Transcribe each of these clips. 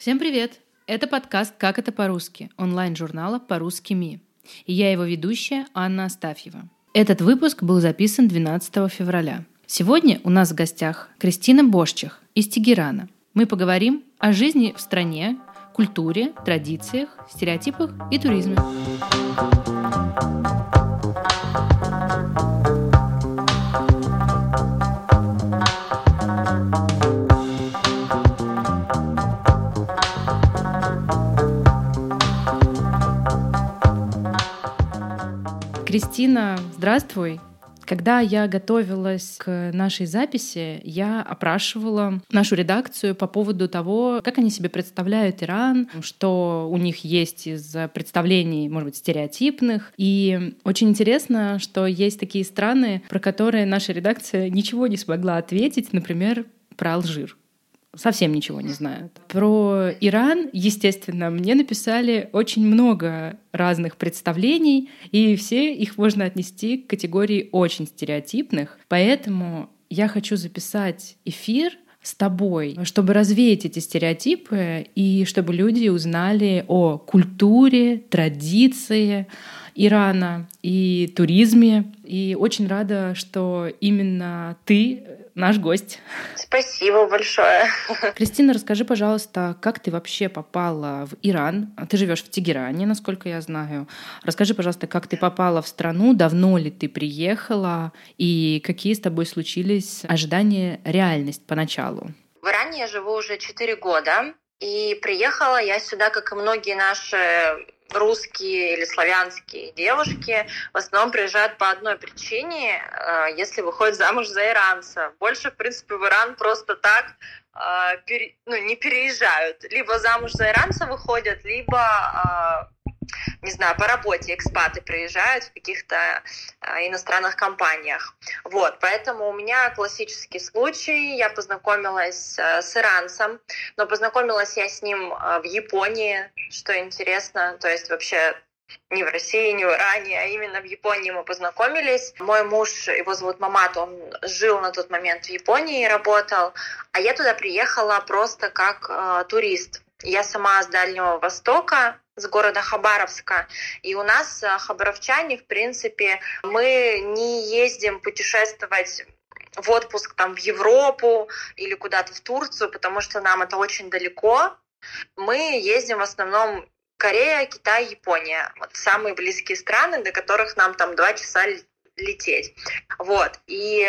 Всем привет! Это подкаст «Как это по-русски» онлайн-журнала «По-русски МИ». И я его ведущая Анна Астафьева. Этот выпуск был записан 12 февраля. Сегодня у нас в гостях Кристина Бошчих из Тегерана. Мы поговорим о жизни в стране, культуре, традициях, стереотипах и туризме. Кристина, здравствуй! Когда я готовилась к нашей записи, я опрашивала нашу редакцию по поводу того, как они себе представляют Иран, что у них есть из представлений, может быть, стереотипных. И очень интересно, что есть такие страны, про которые наша редакция ничего не смогла ответить, например, про Алжир. Совсем ничего не знают. Про Иран, естественно, мне написали очень много разных представлений, и все их можно отнести к категории очень стереотипных. Поэтому я хочу записать эфир с тобой, чтобы развеять эти стереотипы и чтобы люди узнали о культуре, традиции Ирана и туризме. И очень рада, что именно ты наш гость. Спасибо большое. Кристина, расскажи, пожалуйста, как ты вообще попала в Иран? Ты живешь в Тегеране, насколько я знаю. Расскажи, пожалуйста, как ты попала в страну, давно ли ты приехала и какие с тобой случились ожидания, реальность поначалу? В Иране я живу уже 4 года, и приехала я сюда, как и многие наши русские или славянские девушки, в основном приезжают по одной причине, если выходят замуж за иранца. Больше, в принципе, в Иран просто так не переезжают. Либо замуж за иранца выходят, либо не знаю, по работе экспаты приезжают в каких-то иностранных компаниях. Вот, поэтому у меня классический случай. Я познакомилась с иранцем, но познакомилась я с ним в Японии, что интересно. То есть вообще не в России, не в Иране, а именно в Японии мы познакомились. Мой муж, его зовут Мамат, он жил на тот момент в Японии и работал, а я туда приехала просто как турист. Я сама с Дальнего Востока, с города Хабаровска. И у нас, хабаровчане, в принципе, мы не ездим путешествовать в отпуск там, в Европу или куда-то в Турцию, потому что нам это очень далеко. Мы ездим в основном Корея, Китай, Япония. Вот самые близкие страны, до которых нам там 2 часа лететь. Вот. И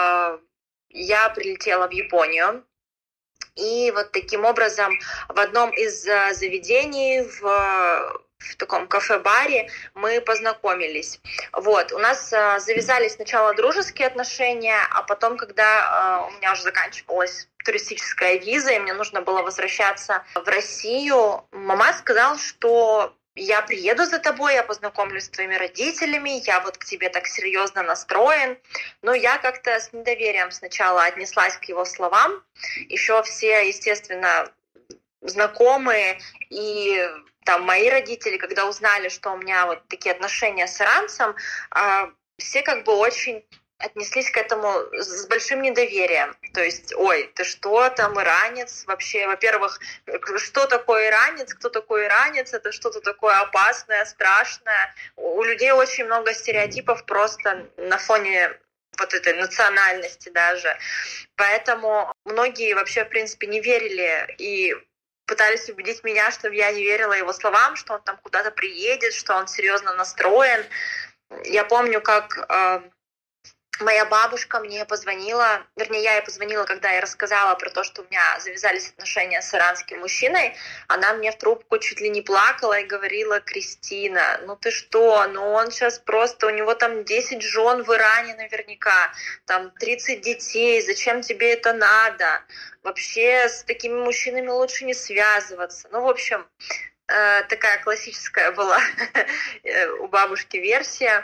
я прилетела в Японию. И вот таким образом в одном из заведений в таком кафе-баре мы познакомились. Вот. У нас завязались сначала дружеские отношения, а потом, когда у меня уже заканчивалась туристическая виза, и мне нужно было возвращаться в Россию, мама сказала, что я приеду за тобой, я познакомлюсь с твоими родителями, я вот к тебе так серьезно настроен. Но я как-то с недоверием сначала отнеслась к его словам. Еще все, естественно, знакомые и там мои родители, когда узнали, что у меня вот такие отношения с иранцем, все как бы очень отнеслись к этому с большим недоверием. То есть, ой, ты что там, иранец? Вообще, во-первых, что такое иранец? Кто такой иранец? Это что-то такое опасное, страшное. У людей очень много стереотипов просто на фоне вот этой национальности даже. Поэтому многие вообще, в принципе, не верили и пытались убедить меня, чтобы я не верила его словам, что он там куда-то приедет, что он серьезно настроен. Я помню, как моя бабушка мне позвонила, вернее, я ей позвонила, когда я рассказала про то, что у меня завязались отношения с иранским мужчиной. Она мне в трубку чуть ли не плакала и говорила: Кристина, ну ты что, ну он сейчас просто, у него там 10 жен в Иране наверняка, там 30 детей, зачем тебе это надо? Вообще с такими мужчинами лучше не связываться. Ну, в общем, такая классическая была у бабушки версия.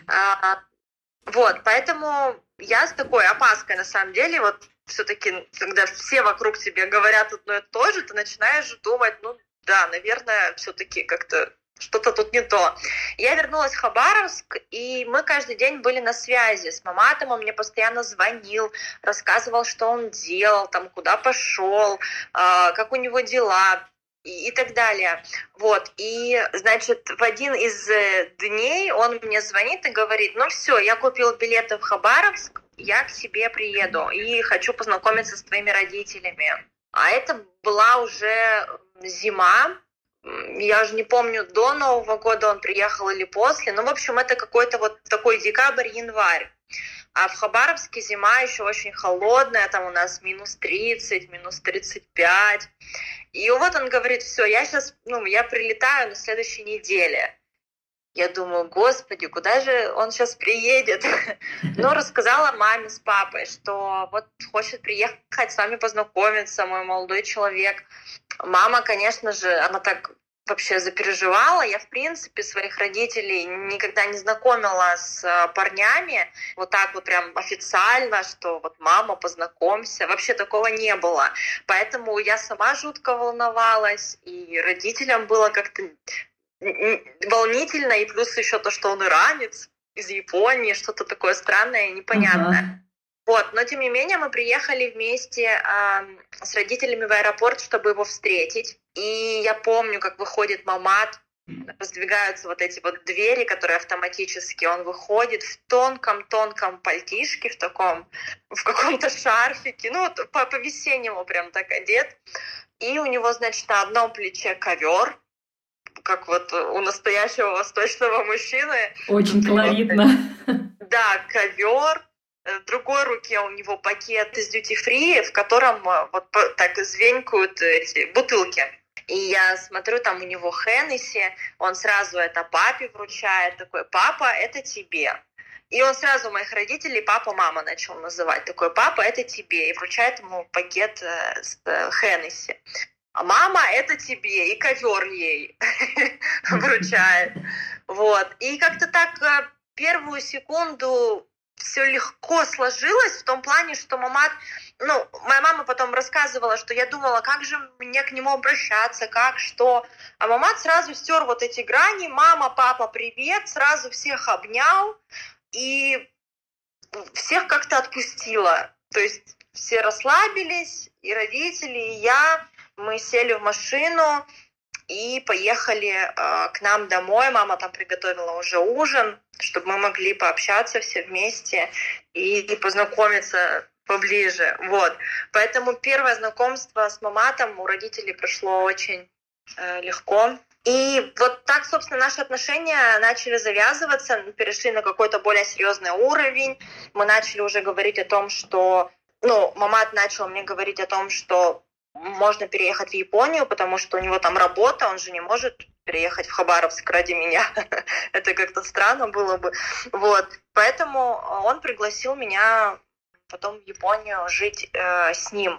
Вот, поэтому я с такой опаской, на самом деле, вот все-таки, когда все вокруг тебе говорят одно и то же, ты начинаешь думать, ну да, наверное, все-таки как-то что-то тут не то. Я вернулась в Хабаровск, и мы каждый день были на связи с Маматом, он мне постоянно звонил, рассказывал, что он делал, там, куда пошел, как у него дела. и так далее. Вот. И, значит, в один из дней он мне звонит и говорит: ну все, я купил билеты в Хабаровск, я к себе приеду и хочу познакомиться с твоими родителями. А это была уже зима. Я уже не помню, до Нового года он приехал или после. Ну, в общем, это какой-то вот такой декабрь-январь. А в Хабаровске зима еще очень холодная, там у нас минус 30, минус 35. И вот он говорит: все, я сейчас, я прилетаю на следующей неделе. Я думаю: господи, куда же он сейчас приедет? Но рассказала маме с папой, что вот хочет приехать с вами познакомиться, мой молодой человек. Мама, конечно же, она так вообще запереживала. Я, в принципе, своих родителей никогда не знакомила с парнями вот так вот прям официально, что вот мама, познакомься. Вообще такого не было. Поэтому я сама жутко волновалась, и родителям было как-то волнительно, и плюс еще то, что он иранец из Японии, что-то такое странное и непонятное. Вот, но тем не менее мы приехали вместе с родителями в аэропорт, чтобы его встретить. И я помню, как выходит Мамат, раздвигаются вот эти вот двери, которые автоматически, он выходит в тонком-тонком пальтишке, в каком-то шарфике, вот по-весеннему прям так одет. И у него, значит, на одном плече ковер, как вот у настоящего восточного мужчины. Очень колоритно. Да, ковер. В другой руке у него пакет из duty-free, в котором вот так звенькают эти бутылки. И я смотрю, там у него Хеннесси, он сразу это папе вручает, такой: папа, это тебе. И он сразу моих родителей папа-мама начал называть, такой: папа, это тебе, и вручает ему пакет с Хеннесси. А мама, это тебе, и ковер ей вручает. Вот. И как-то так первую секунду все легко сложилось в том плане, что Мамат, моя мама потом рассказывала, что я думала, как же мне к нему обращаться, как, что. А Мамат сразу стер вот эти грани: мама, папа, привет, сразу всех обнял и всех как-то отпустила. То есть все расслабились, и родители, и я. Мы сели в машину и поехали к нам домой. Мама там приготовила уже ужин, чтобы мы могли пообщаться все вместе и познакомиться поближе. Вот. Поэтому первое знакомство с Маматом у родителей прошло очень легко. И вот так, собственно, наши отношения начали завязываться, перешли на какой-то более серьезный уровень. Мы начали уже говорить о том, что... Мамат начал мне говорить о том, что можно переехать в Японию, потому что у него там работа, он же не может переехать в Хабаровск ради меня. Это как-то странно было бы. Вот. Поэтому он пригласил меня потом в Японию жить с ним.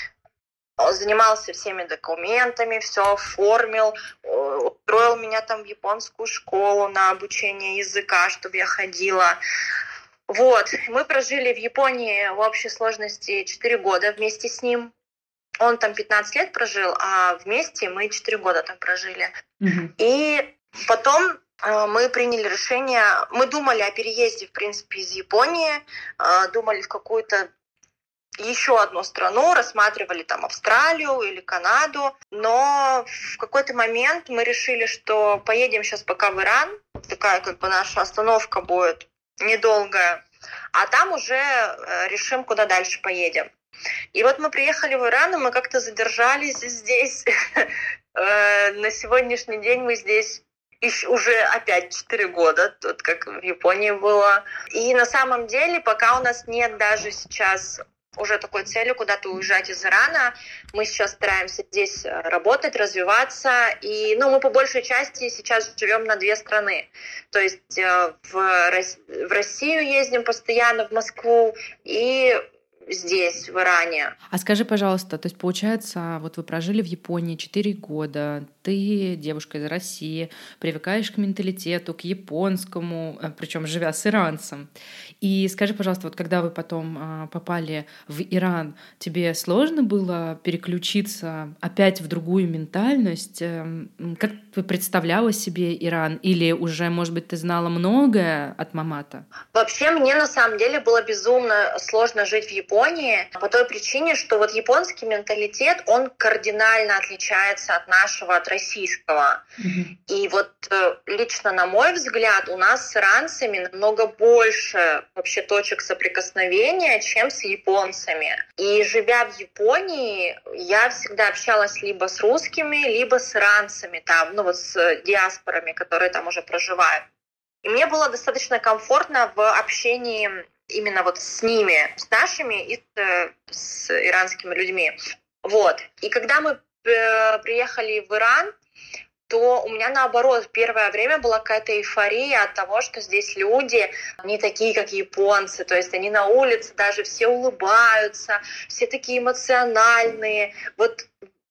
Он занимался всеми документами, все оформил, устроил меня там в японскую школу на обучение языка, чтобы я ходила. Вот. Мы прожили в Японии в общей сложности 4 года вместе с ним. Он там 15 лет прожил, а вместе мы 4 года там прожили. И потом мы приняли решение, мы думали о переезде, в принципе, из Японии, думали в какую-то еще одну страну, рассматривали там Австралию или Канаду, но в какой-то момент мы решили, что поедем сейчас пока в Иран, такая как бы наша остановка будет недолгая, а там уже решим, куда дальше поедем. И вот мы приехали в Иран, и мы как-то задержались здесь. На сегодняшний день мы здесь уже опять 4 года, тут как в Японии было. И на самом деле, пока у нас нет даже сейчас уже такой цели куда-то уезжать из Ирана, мы сейчас стараемся здесь работать, развиваться. И мы по большей части сейчас живем на 2 страны. То есть в Россию ездим постоянно, в Москву, и здесь, в Иране. А скажи, пожалуйста, то есть получается, вот вы прожили в Японии 4 года, ты, девушка из России, привыкаешь к менталитету, к японскому, причем живя с иранцем. И скажи, пожалуйста, вот когда вы потом попали в Иран, тебе сложно было переключиться опять в другую ментальность? Как ты представляла себе Иран? Или уже, может быть, ты знала многое от Мамата? Вообще, мне на самом деле было безумно сложно жить в Японии. Японии по той причине, что вот японский менталитет, он кардинально отличается от нашего, от российского. И вот лично на мой взгляд, у нас с иранцами намного больше вообще точек соприкосновения, чем с японцами. И живя в Японии, я всегда общалась либо с русскими, либо с иранцами, там, ну вот с диаспорами, которые там уже проживают. И мне было достаточно комфортно в общении именно вот с ними, с нашими и с иранскими людьми. Вот. И когда мы приехали в Иран, то у меня, наоборот, первое время была какая-то эйфория от того, что здесь люди не такие, как японцы. То есть они на улице даже все улыбаются, все такие эмоциональные. Вот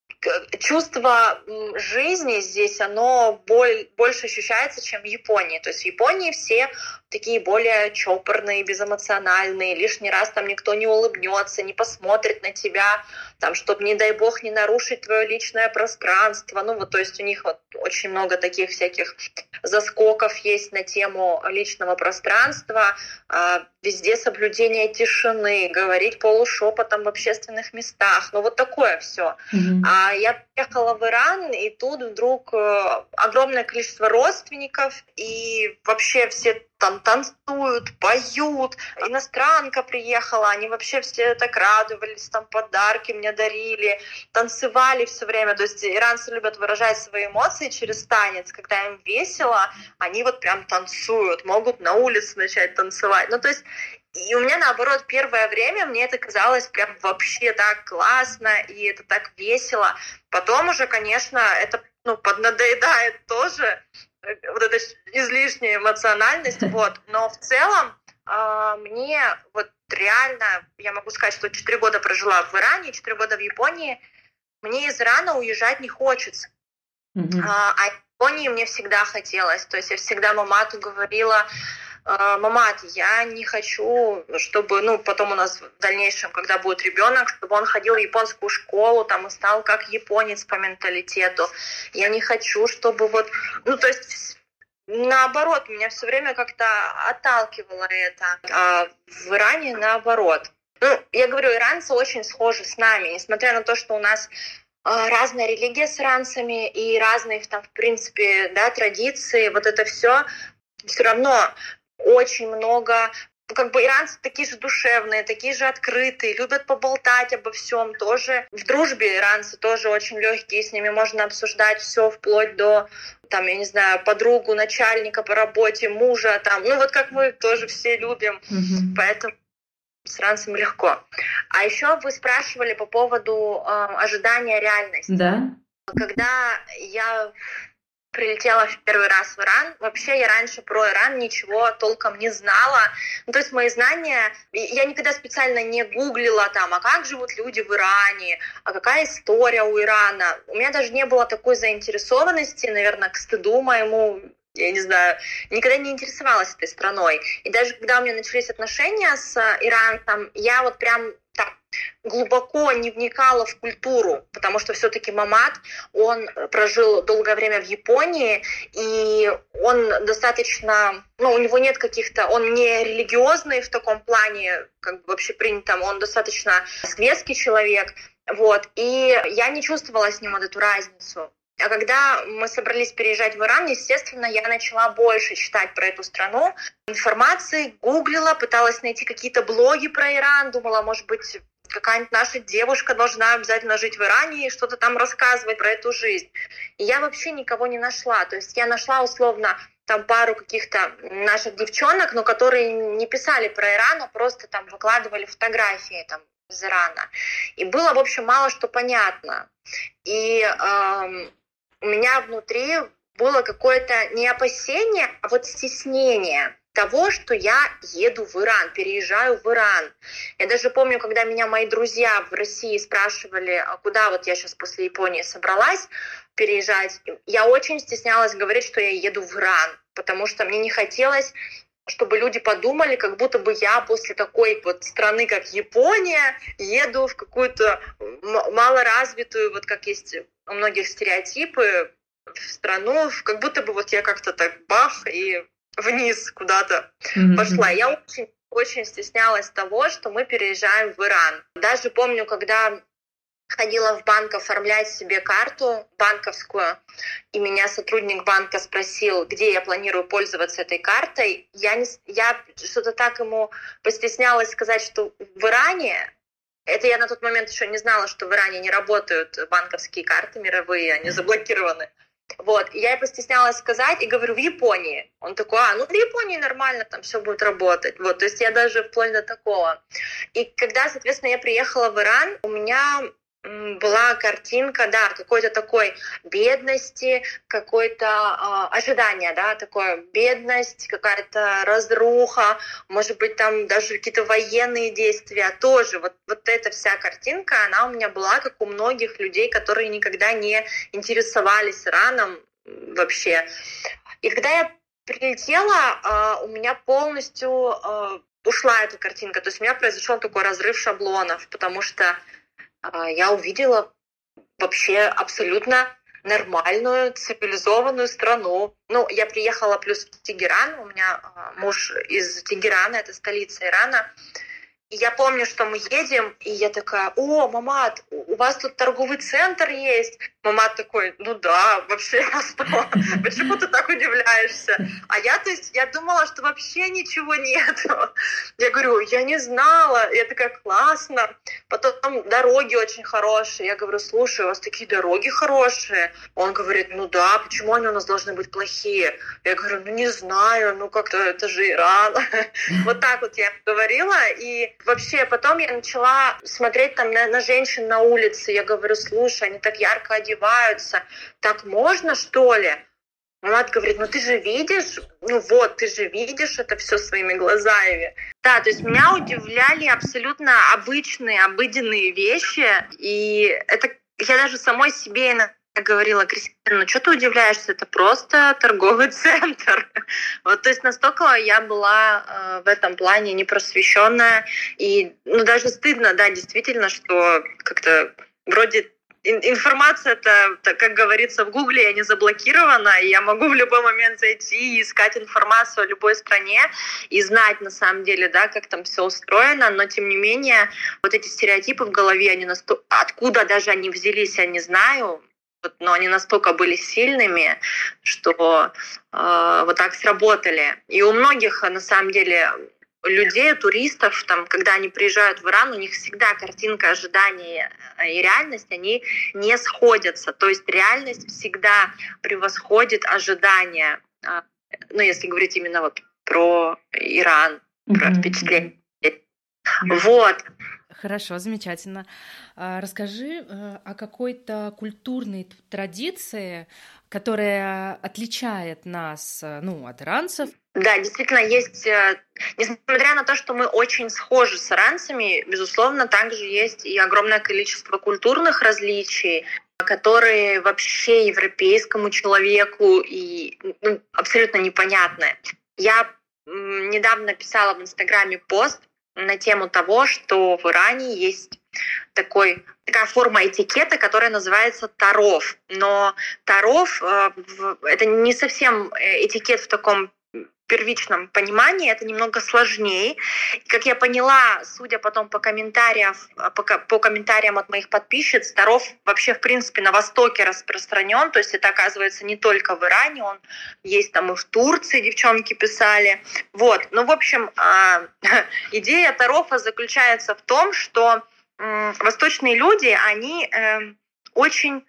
чувство жизни здесь, оно больше ощущается, чем в Японии. То есть в Японии все такие более чопорные, безэмоциональные, лишний раз там никто не улыбнется, не посмотрит на тебя, там, чтобы, не дай бог, не нарушить твое личное пространство. Ну вот, то есть у них вот очень много таких всяких заскоков есть на тему личного пространства, везде соблюдение тишины, говорить полушепотом в общественных местах, ну вот такое все. А я приехала в Иран, и тут вдруг огромное количество родственников, и вообще все там танцуют, поют. Иностранка приехала, они вообще все так радовались, там подарки мне дарили, танцевали все время. То есть иранцы любят выражать свои эмоции через танец. Когда им весело, они вот прям танцуют, могут на улице начать танцевать. Ну, то есть и у меня, наоборот, первое время мне это казалось прям вообще так классно, и это так весело. Потом уже, конечно, это поднадоедает тоже, вот эта излишняя эмоциональность, вот. Но в целом мне вот реально, я могу сказать, что 4 года прожила в Иране, 4 года в Японии, мне из Ирана уезжать не хочется. А в Японии мне всегда хотелось. То есть я всегда мамату говорила: мамат, я не хочу, чтобы, потом у нас в дальнейшем, когда будет ребенок, чтобы он ходил в японскую школу, там, и стал как японец по менталитету. Я не хочу, чтобы то есть, наоборот, меня все время как-то отталкивало это. А в Иране наоборот. Я говорю, иранцы очень схожи с нами, несмотря на то, что у нас разная религия с иранцами и разные там, в принципе, да, традиции, вот это все равно очень много, иранцы такие же душевные, такие же открытые, любят поболтать обо всем, тоже в дружбе иранцы тоже очень легкие, с ними можно обсуждать все вплоть до, там, я не знаю, подругу, начальника по работе, мужа, там, как мы тоже все любим, поэтому с иранцами легко. А еще вы спрашивали по поводу ожидания реальности. Да. Когда я прилетела в первый раз в Иран. Вообще я раньше про Иран ничего толком не знала. То есть мои знания... Я никогда специально не гуглила там, а как живут люди в Иране, а какая история у Ирана. У меня даже не было такой заинтересованности, наверное, к стыду моему, я не знаю, никогда не интересовалась этой страной. И даже когда у меня начались отношения с Ираном, я вот прям так глубоко не вникала в культуру, потому что все-таки Мамат, он прожил долгое время в Японии, и он достаточно, у него нет каких-то, он не религиозный в таком плане, как бы вообще принято, он достаточно светский человек, вот, и я не чувствовала с ним вот эту разницу. А когда мы собрались переезжать в Иран, естественно, я начала больше читать про эту страну, информации, гуглила, пыталась найти какие-то блоги про Иран, думала, может быть, какая-нибудь наша девушка должна обязательно жить в Иране и что-то там рассказывать про эту жизнь. И я вообще никого не нашла. То есть я нашла условно там пару каких-то наших девчонок, но которые не писали про Иран, а просто там выкладывали фотографии там из Ирана. И было, в общем, мало что понятно. И у меня внутри было какое-то не опасение, а вот стеснение того, что я еду в Иран, переезжаю в Иран. Я даже помню, когда меня мои друзья в России спрашивали, а куда вот я сейчас после Японии собралась переезжать, я очень стеснялась говорить, что я еду в Иран, потому что мне не хотелось, чтобы люди подумали, как будто бы я после такой вот страны, как Япония, еду в какую-то малоразвитую, вот как есть у многих стереотипы, в страну, как будто бы вот я как-то так бах и вниз куда-то пошла. Я очень очень стеснялась того, что мы переезжаем в Иран. Даже помню, когда ходила в банк оформлять себе карту банковскую, и меня сотрудник банка спросил, где я планирую пользоваться этой картой. Я что-то так ему постеснялась сказать, что в Иране. Это я на тот момент еще не знала, что в Иране не работают банковские карты мировые, они заблокированы. Вот, и я постеснялась сказать и говорю, в Японии. Он такой, ну в Японии нормально, там все будет работать. Вот, то есть я даже вплоть до такого. И когда, соответственно, я приехала в Иран, у меня была картинка, да, какой-то такой бедности, какое-то ожидание, да, такое бедность, какая-то разруха, может быть, там даже какие-то военные действия тоже. Вот эта вся картинка, она у меня была, как у многих людей, которые никогда не интересовались Ираном вообще. И когда я прилетела, у меня полностью ушла эта картинка, то есть у меня произошел такой разрыв шаблонов, потому что я увидела вообще абсолютно нормальную, цивилизованную страну. Ну, я приехала плюс в Тегеран, у меня муж из Тегерана, это столица Ирана. И я помню, что мы едем, и я такая, Мамат, у вас тут торговый центр есть? Мамат такой, ну да, вообще, что? Почему ты так удивляешься? А я думала, что вообще ничего нет. Я говорю, я не знала. Я такая, классно. Потом дороги очень хорошие. Я говорю, слушай, у вас такие дороги хорошие. Он говорит, ну да, почему они у нас должны быть плохие? Я говорю, ну не знаю, ну как-то это же Иран. Вот так вот я говорила, и вообще, потом я начала смотреть там на женщин на улице. Я говорю, слушай, они так ярко одеваются. Так можно, что ли? Мамат говорит, ну ты же видишь, ты же видишь это все своими глазами. Да, то есть меня удивляли абсолютно обыденные вещи. И это я даже самой себе иногда говорила, Кристина, ну что ты удивляешься, это просто торговый центр. Вот, то есть настолько я была в этом плане непросвещенная, и даже стыдно, да, действительно, что как-то вроде информация-то, как говорится, в Гугле не заблокирована, и я могу в любой момент зайти и искать информацию о любой стране и знать на самом деле, да, как там все устроено, но тем не менее вот эти стереотипы в голове, откуда даже они взялись, я не знаю, но они настолько были сильными, что вот так сработали. И у многих, на самом деле, людей, туристов, там, когда они приезжают в Иран, у них всегда картинка ожидания и реальность, они не сходятся. То есть реальность всегда превосходит ожидания. Если говорить именно вот про Иран, про впечатление. Вот. Хорошо, замечательно. Расскажи о какой-то культурной традиции, которая отличает нас, от иранцев. Да, действительно, есть, несмотря на то, что мы очень схожи с иранцами, безусловно, также есть и огромное количество культурных различий, которые вообще европейскому человеку и абсолютно непонятны. Я недавно писала в Инстаграме пост на тему того, что в Иране есть такая форма этикета, которая называется тароф. Но тароф — это не совсем этикет в таком первичном понимании, это немного сложнее. Как я поняла, судя потом по комментариям от моих подписчиц, тароф вообще в принципе на Востоке распространен, то есть это оказывается не только в Иране, он есть там и в Турции, девчонки писали. Вот. В общем, идея тарофа заключается в том, что восточные люди, они очень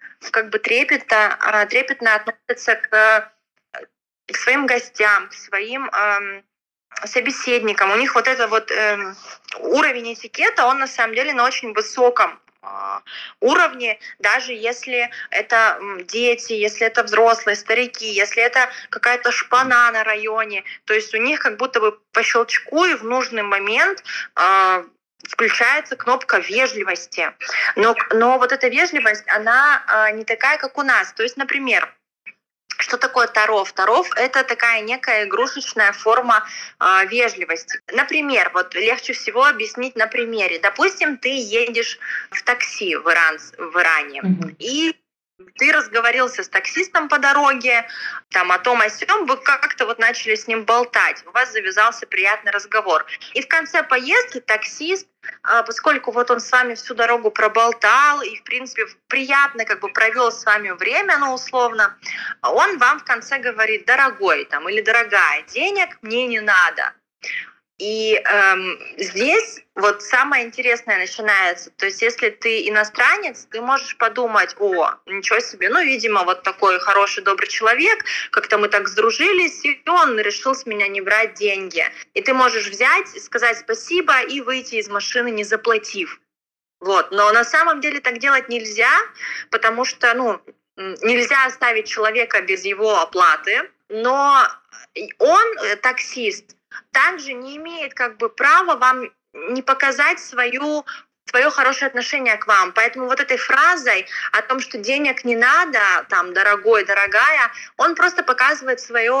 трепетно относятся к своим гостям, к своим собеседникам. У них вот этот уровень этикета, он на самом деле на очень высоком уровне, даже если это дети, если это взрослые, старики, если это какая-то шпана на районе. То есть у них как будто бы по щелчку и в нужный момент включается кнопка вежливости. Но вот эта вежливость, она не такая, как у нас. То есть, например, что такое тароф? Тароф — это такая некая игрушечная форма вежливости. Например, легче всего объяснить на примере. Допустим, ты едешь в такси в Иране, и Ты разговорился с таксистом по дороге, там о том о сём, вы как-то вот начали с ним болтать, у вас завязался приятный разговор. И в конце поездки таксист, поскольку вот он с вами всю дорогу проболтал и, в принципе, приятно как бы провел с вами время, ну, условно, он вам в конце говорит: дорогой там или дорогая, денег мне не надо. И здесь вот самое интересное начинается. То есть если ты иностранец, ты можешь подумать: о, ничего себе, ну, видимо, вот такой хороший, добрый человек, как-то мы так сдружились, и он решил с меня не брать деньги. И ты можешь взять, сказать спасибо и выйти из машины, не заплатив. Вот. Но на самом деле так делать нельзя, потому что, ну, нельзя оставить человека без его оплаты, но он, таксист, также не имеет как бы права вам не показать свое хорошее отношение к вам. Поэтому вот этой фразой о том, что денег не надо, там, дорогой, дорогая, он просто показывает свою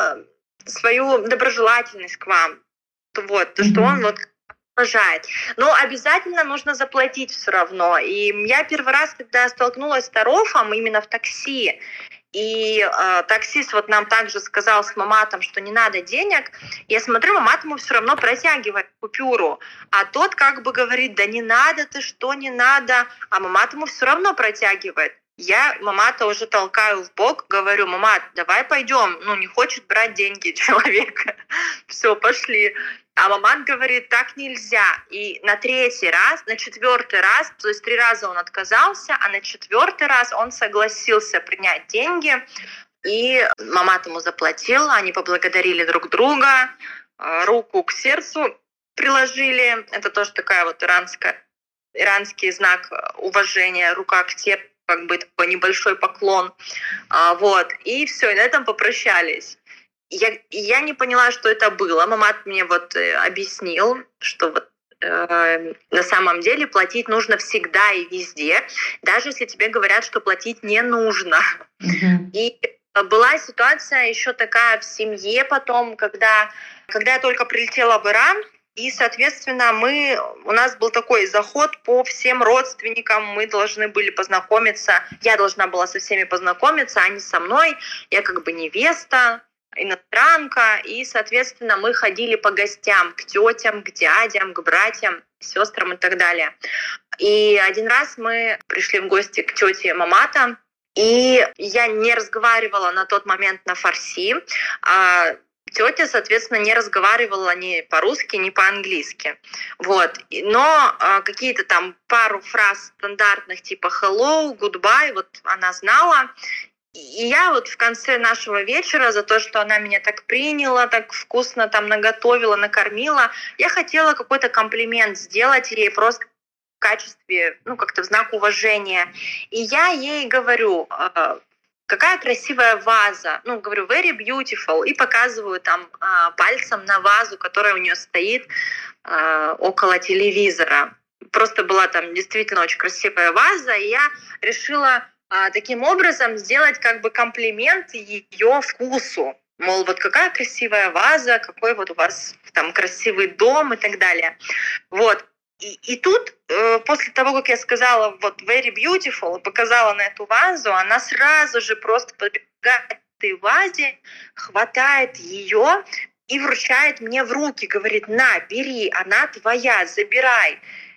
доброжелательность к вам. Вот, то, что он вот уважает. Но обязательно нужно заплатить все равно. И я первый раз, когда столкнулась с Тарофом именно в такси, и таксист вот нам также сказал с Маматом, что не надо денег. Я смотрю, Мамат ему все равно протягивает купюру, а тот как бы говорит: да не надо, ты что, не надо, а Мамат ему все равно протягивает. Я Мамата уже толкаю в бок, говорю: Мамат, давай пойдем, ну не хочет брать деньги человека. Все, пошли. А Мамат говорит: так нельзя. И на третий раз, на четвертый раз, то есть 3 раза он отказался, а на четвертый раз он согласился принять деньги. И Мамат ему заплатил, они поблагодарили друг друга, руку к сердцу приложили. Это тоже такая вот иранский знак уважения, рука к сердцу, как бы такой небольшой поклон. Вот. И все, и на этом попрощались. Я не поняла, что это было. Мамат мне вот объяснил, что вот на самом деле платить нужно всегда и везде, даже если тебе говорят, что платить не нужно. И была ситуация еще такая в семье потом, когда я только прилетела в Иран, и, соответственно, у нас был такой заход по всем родственникам, мы должны были познакомиться, я должна была со всеми познакомиться, они со мной, я как бы невеста, иностранка, и, соответственно, мы ходили по гостям, к тетям, к дядям, к братьям, к сестрам и так далее. И один раз мы пришли в гости к тете Мамата, и я не разговаривала на тот момент на фарси, а тетя, соответственно, не разговаривала ни по-русски, ни по-английски. Вот. Но какие-то там пару фраз стандартных типа hello, goodbye, вот она знала. И я вот в конце нашего вечера за то, что она меня так приняла, так вкусно там наготовила, накормила, я хотела какой-то комплимент сделать ей просто в качестве, ну, как-то в знак уважения. И я ей говорю: какая красивая ваза. Ну, говорю, very beautiful. И показываю там пальцем на вазу, которая у нее стоит около телевизора. Просто была там действительно очень красивая ваза. И я решила таким образом сделать как бы комплимент ее вкусу. Мол, вот какая красивая ваза, какой вот у вас там красивый дом и так далее. Вот. И тут, после того, как я сказала вот very beautiful и показала на эту вазу, она сразу же просто подбегает к этой вазе, хватает ее и вручает мне в руки, говорит: на, бери, она твоя, забирай.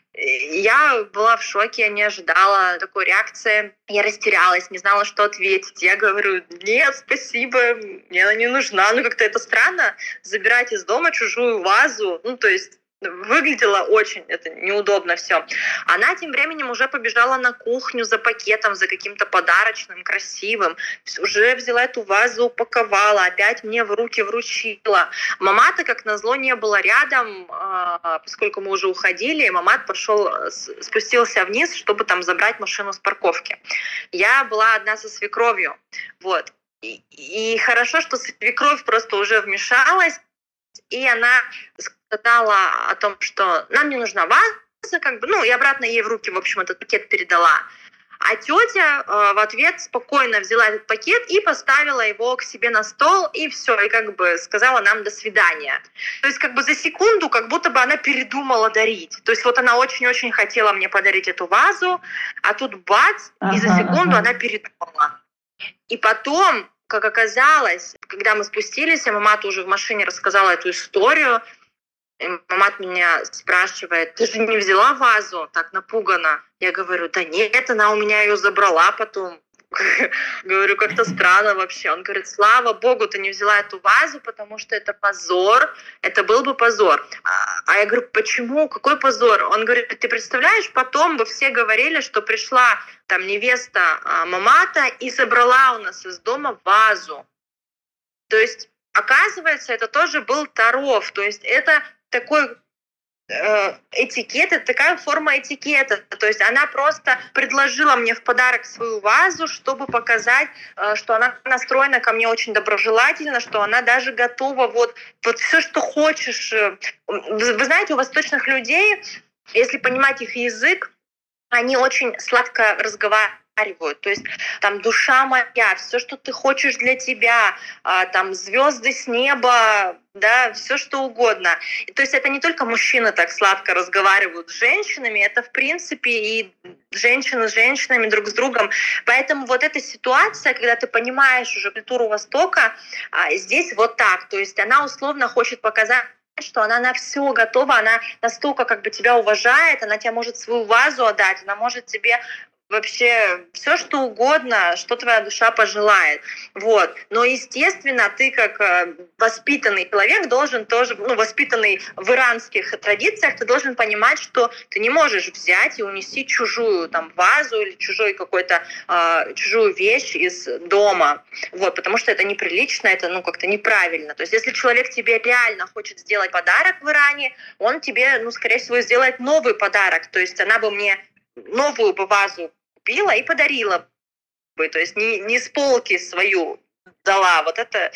Я была в шоке, я не ожидала такой реакции. Я растерялась, не знала, что ответить. Я говорю: нет, спасибо, мне она не нужна. Ну, как-то это странно, забирать из дома чужую вазу. Ну, то есть выглядело очень это неудобно все. Она тем временем уже побежала на кухню за пакетом, за каким-то подарочным, красивым. Уже взяла эту вазу, упаковала, опять мне в руки вручила. Мамата, как назло, не было рядом, поскольку мы уже уходили. Мамат спустился вниз, чтобы там забрать машину с парковки. Я была одна со свекровью. Вот. И хорошо, что свекровь просто уже вмешалась, и она сказала о том, что нам не нужна ваза, как бы, ну, и обратно ей в руки, в общем, этот пакет передала. А тетя в ответ спокойно взяла этот пакет и поставила его к себе на стол, и все, и как бы сказала нам «до свидания». То есть как бы за секунду, как будто бы она передумала дарить. То есть вот она очень-очень хотела мне подарить эту вазу, а тут бац, и за секунду она передумала. И потом, как оказалось, когда мы спустились, а мама уже в машине рассказала эту историю, и мама меня спрашивает: ты же не взяла вазу? Так напугана. Я говорю: да нет, она у меня ее забрала потом. Говорю, как-то странно вообще. Он говорит: слава богу, ты не взяла эту вазу, потому что это позор, это был бы позор. А я говорю: почему? Какой позор? Он говорит: ты представляешь, потом бы все говорили, что пришла там невеста Мамата и забрала у нас из дома вазу. То есть, оказывается, это тоже был таров, то есть это такой этикет, это такая форма этикета. То есть она просто предложила мне в подарок свою вазу, чтобы показать, что она настроена ко мне очень доброжелательно, что она даже готова вот все, что хочешь. Вы знаете, у восточных людей, если понимать их язык, они очень сладко разговаривают. То есть там душа моя, все, что ты хочешь для тебя, там звезды с неба, да, все что угодно. То есть это не только мужчины так сладко разговаривают с женщинами, это в принципе и женщины с женщинами друг с другом. Поэтому вот эта ситуация, когда ты понимаешь уже культуру Востока, здесь вот так. То есть она условно хочет показать, что она на все готова, она настолько как бы тебя уважает, она тебе может свою вазу отдать, она может тебе вообще все, что угодно, что твоя душа пожелает. Вот. Но, естественно, ты как воспитанный человек должен тоже, воспитанный в иранских традициях, ты должен понимать, что ты не можешь взять и унести чужую там вазу или чужую вещь из дома. Вот, потому что это неприлично, это как-то неправильно. То есть если человек тебе реально хочет сделать подарок в Иране, он тебе, скорее всего, сделает новый подарок. То есть она бы мне новую бы вазу купила и подарила бы, то есть не с полки свою дала, вот это,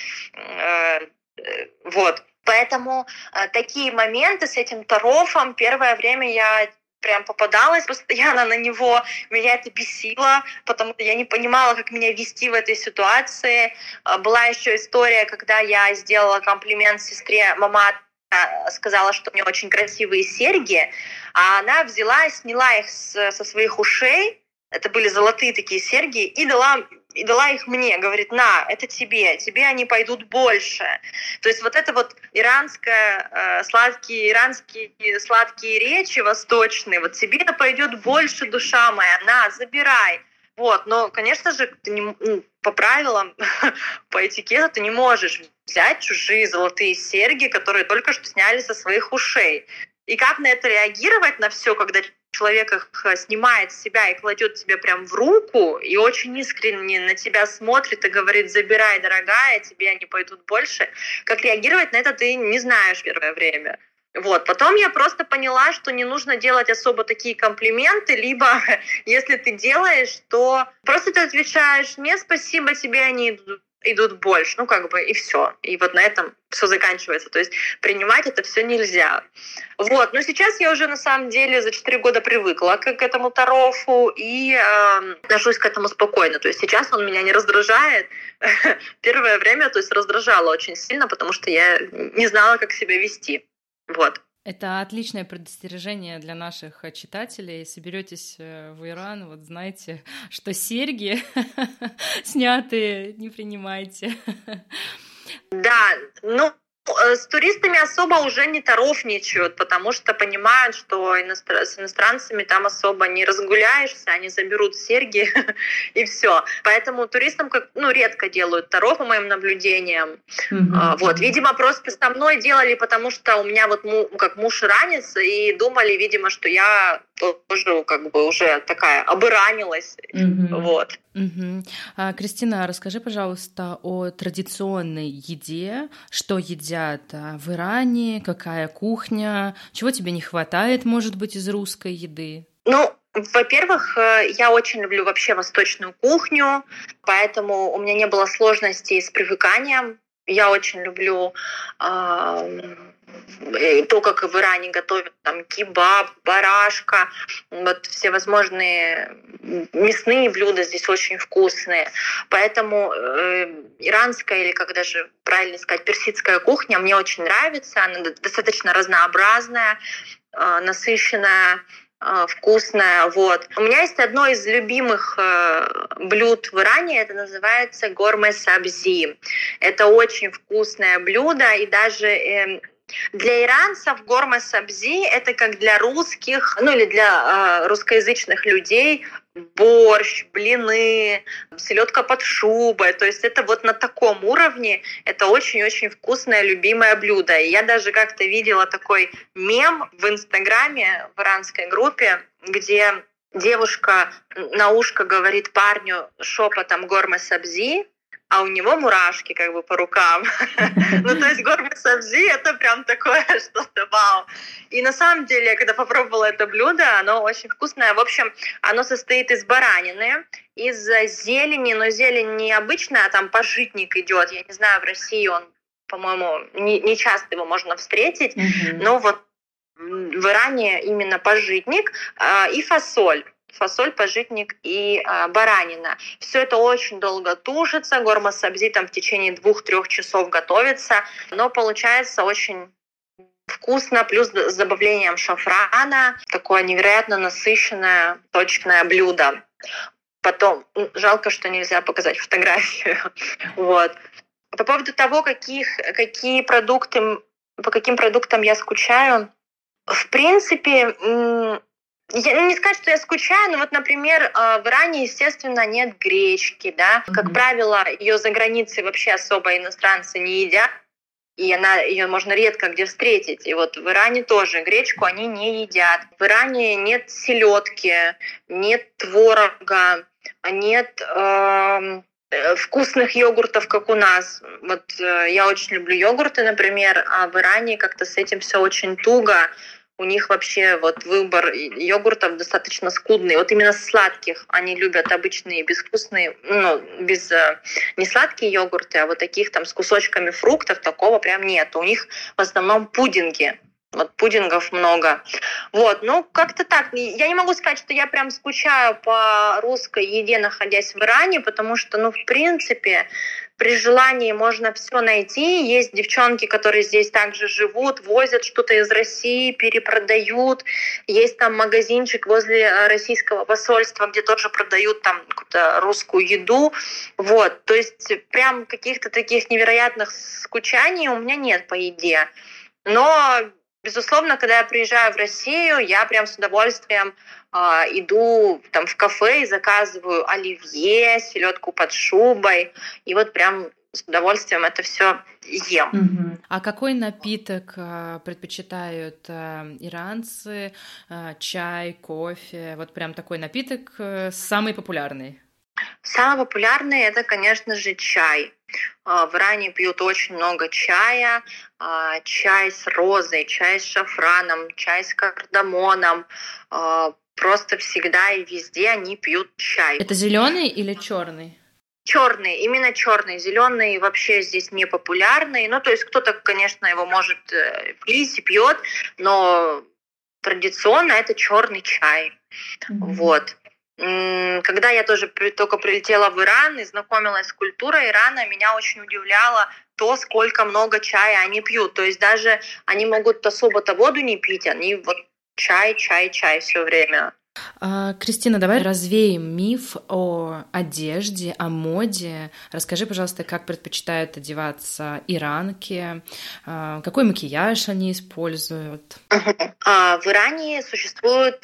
вот. Поэтому такие моменты с этим тарофом, первое время я прям попадалась постоянно на него, меня это бесило, потому что я не понимала, как меня вести в этой ситуации. Была еще история, когда я сделала комплимент сестре Мамат, сказала, что у нее очень красивые серьги, а она взяла и сняла их со своих ушей, это были золотые такие серьги, и дала их мне, говорит: на, это тебе они пойдут больше. То есть вот это вот иранские сладкие речи восточные, вот тебе пойдет больше, душа моя, на, забирай. Вот, но, конечно же, ты по правилам, по этикету ты не можешь взять чужие золотые серьги, которые только что сняли со своих ушей. И как на это реагировать, на все, когда человек их снимает с себя и кладет тебе прям в руку, и очень искренне на тебя смотрит и говорит: забирай, дорогая, тебе они пойдут больше. Как реагировать на это, ты не знаешь первое время. Вот. Потом я просто поняла, что не нужно делать особо такие комплименты, либо если ты делаешь, то просто ты отвечаешь: нет, спасибо, тебе они идут больше, и все. И вот на этом все заканчивается. То есть принимать это все нельзя. Вот. Но сейчас я уже на самом деле за 4 года привыкла к этому тарофу и отношусь к этому спокойно. То есть сейчас он меня не раздражает. Первое время, то есть раздражало очень сильно, потому что я не знала, как себя вести. Вот. Это отличное предостережение для наших читателей. Соберетесь в Иран, вот знаете, что серьги снятые не принимайте. Да, с туристами особо уже не тарофничают, потому что понимают, что с иностранцами там особо не разгуляешься, они заберут серьги и все. Поэтому туристам редко делают таро, по моим наблюдениям. Вот, видимо, просто со мной делали, потому что у меня вот муж иранец, и думали, видимо, что я тоже уже такая обыранилась. Вот. Кристина, расскажи, пожалуйста, о традиционной еде, что едят в Иране, какая кухня, чего тебе не хватает, может быть, из русской еды? Во-первых, я очень люблю вообще восточную кухню, поэтому у меня не было сложностей с привыканием. Я очень люблю то, как в Иране готовят там кебаб, барашка, вот все возможные мясные блюда здесь очень вкусные. Поэтому иранская, или как даже правильно сказать, персидская кухня мне очень нравится. Она достаточно разнообразная, насыщенная, вкусная. Вот. У меня есть одно из любимых блюд в Иране, это называется горме сабзи. Это очень вкусное блюдо, и даже для иранцев горме сабзи это как для русских, ну или для русскоязычных людей борщ, блины, селедка под шубой. То есть это вот на таком уровне, это очень-очень вкусное, любимое блюдо. И я даже как-то видела такой мем в Инстаграме, в иранской группе, где девушка на ушко говорит парню шепотом горме сабзи, а у него мурашки как бы по рукам. Ну, то есть горме сабзи — это прям такое что-то вау. И на самом деле, я когда попробовала это блюдо, оно очень вкусное. В общем, оно состоит из баранины, из зелени, но зелень не обычная, а там пажитник идет. Я не знаю, в России он, по-моему, не часто его можно встретить, но вот в Иране именно пажитник и фасоль. Фасоль, пажитник и баранина. Все это очень долго тушится. Горме сабзи там в течение 2-3 часов готовится. Но получается очень вкусно, плюс с добавлением шафрана. Такое невероятно насыщенное, сочное блюдо. Потом, жалко, что нельзя показать фотографию. Вот. По поводу того, по каким продуктам я скучаю, в принципе, я не сказать, что я скучаю, но вот, например, в Иране, естественно, нет гречки, да. Как правило, ее за границей вообще особо иностранцы не едят, и ее можно редко где встретить. И вот в Иране тоже гречку они не едят. В Иране нет селедки, нет творога, нет вкусных йогуртов, как у нас. Вот я очень люблю йогурты, например, а в Иране как-то с этим все очень туго. У них вообще вот выбор йогуртов достаточно скудный. Вот именно сладких они любят обычные безвкусные, не сладкие йогурты, а вот таких там с кусочками фруктов, такого прям нет. У них в основном пудинги. Вот пудингов много. Вот, как-то так. Я не могу сказать, что я прям скучаю по русской еде, находясь в Иране, потому что, в принципе, при желании можно все найти. Есть девчонки, которые здесь также живут, возят что-то из России, перепродают. Есть там магазинчик возле российского посольства, где тоже продают там какую-то русскую еду. Вот, то есть прям каких-то таких невероятных скучаний у меня нет по еде. Но безусловно, когда я приезжаю в Россию, я прям с удовольствием иду там в кафе и заказываю оливье, селедку под шубой, и вот прям с удовольствием это все ем. А какой напиток предпочитают иранцы? Чай, кофе? Вот прям такой напиток самый популярный. Самый популярный — это, конечно же, чай. В Иране пьют очень много чая. Чай с розой, чай с шафраном, чай с кардамоном. Просто всегда и везде они пьют чай. Это зеленый или черный? Черный, именно черный. Зеленый вообще здесь не популярный. То есть кто-то, конечно, его может пить и пьет, но традиционно это черный чай. Вот. Когда я тоже только прилетела в Иран и знакомилась с культурой Ирана, меня очень удивляло то, сколько много чая они пьют. То есть даже они могут особо-то воду не пить, они вот чай все время. Кристина, давай развеем миф о одежде, о моде. Расскажи, пожалуйста, как предпочитают одеваться иранки, какой макияж они используют. В Иране существуют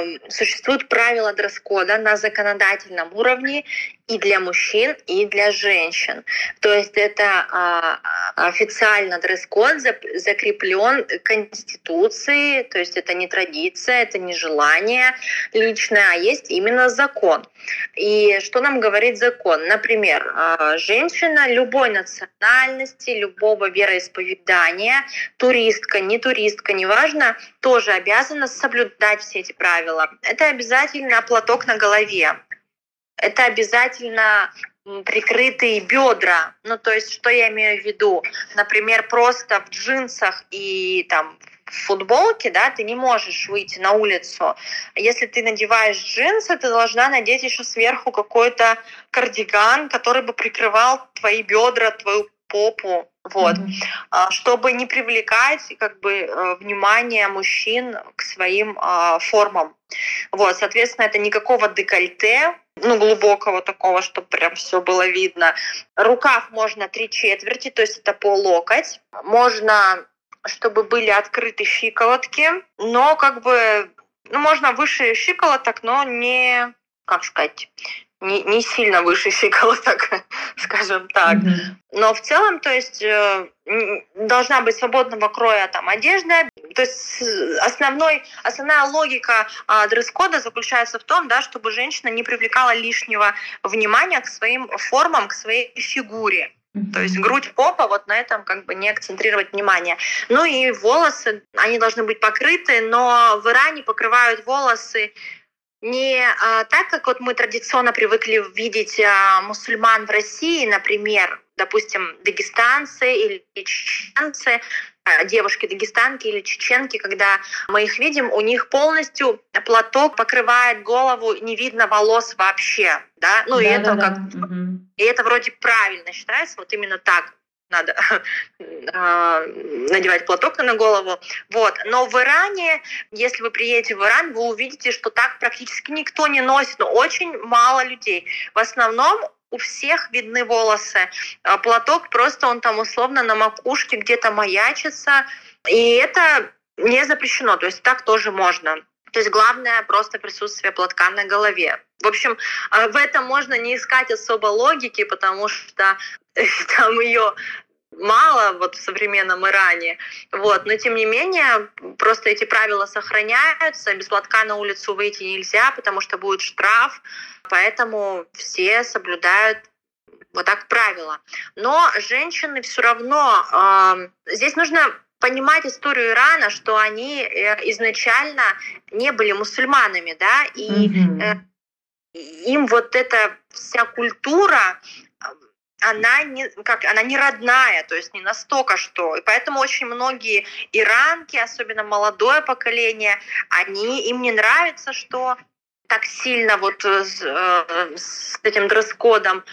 правила дресс-кода на законодательном уровне и для мужчин, и для женщин. То есть это официально дресс-код закреплен Конституцией, то есть это не традиция, это не желание личное, а есть именно закон. И что нам говорит закон? Например, женщина любой национальности, любого вероисповедания, туристка, не туристка, неважно, тоже обязана соблюдать все эти правила. Это обязательно платок на голове. Это обязательно прикрытые бедра. Ну, то есть, что я имею в виду? Например, просто в джинсах и там в футболке, да, ты не можешь выйти на улицу. Если ты надеваешь джинсы, ты должна надеть еще сверху какой-то кардиган, который бы прикрывал твои бедра, твою попу, вот, чтобы не привлекать как бы внимание мужчин к своим формам. Вот, соответственно, это никакого декольте, ну, глубокого такого, чтобы прям все было видно. Рукав можно 3/4, то есть это по локоть. Можно, чтобы были открыты щиколотки, но как бы, ну, можно выше щиколоток, но не, как сказать, не сильно выше щиколоток, скажем так. Но в целом, то есть, должна быть свободного кроя там одежда. То есть основная логика дресс-кода заключается в том, да, чтобы женщина не привлекала лишнего внимания к своим формам, к своей фигуре. То есть грудь, попа, вот на этом как бы не акцентрировать внимание. Ну и волосы, они должны быть покрыты, но в Иране покрывают волосы не так, как вот мы традиционно привыкли видеть мусульман в России, например, допустим, дагестанцы или чеченцы, девушки дагестанки или чеченки, когда мы их видим, у них полностью платок покрывает голову, не видно волос вообще, да, ну да, и это как, и это вроде правильно считается, вот именно так надо надевать платок на голову. Вот. Но в Иране, если вы приедете в Иран, вы увидите, что так практически никто не носит, но очень мало людей. В основном у всех видны волосы. Платок просто он там условно на макушке где-то маячится. И это не запрещено, то есть так тоже можно. То есть главное просто присутствие платка на голове. В общем, в этом можно не искать особо логики, потому что там ее мало вот в современном Иране. Вот. Но тем не менее, просто эти правила сохраняются. Без платка на улицу выйти нельзя, потому что будет штраф. Поэтому все соблюдают вот так правила. Но женщины все равно... здесь нужно понимать историю Ирана, что они изначально не были мусульманами, да, и им вот эта вся культура, она не родная, то есть не настолько что. И поэтому очень многие иранки, особенно молодое поколение, им не нравится, что так сильно вот с этим дресс-кодом,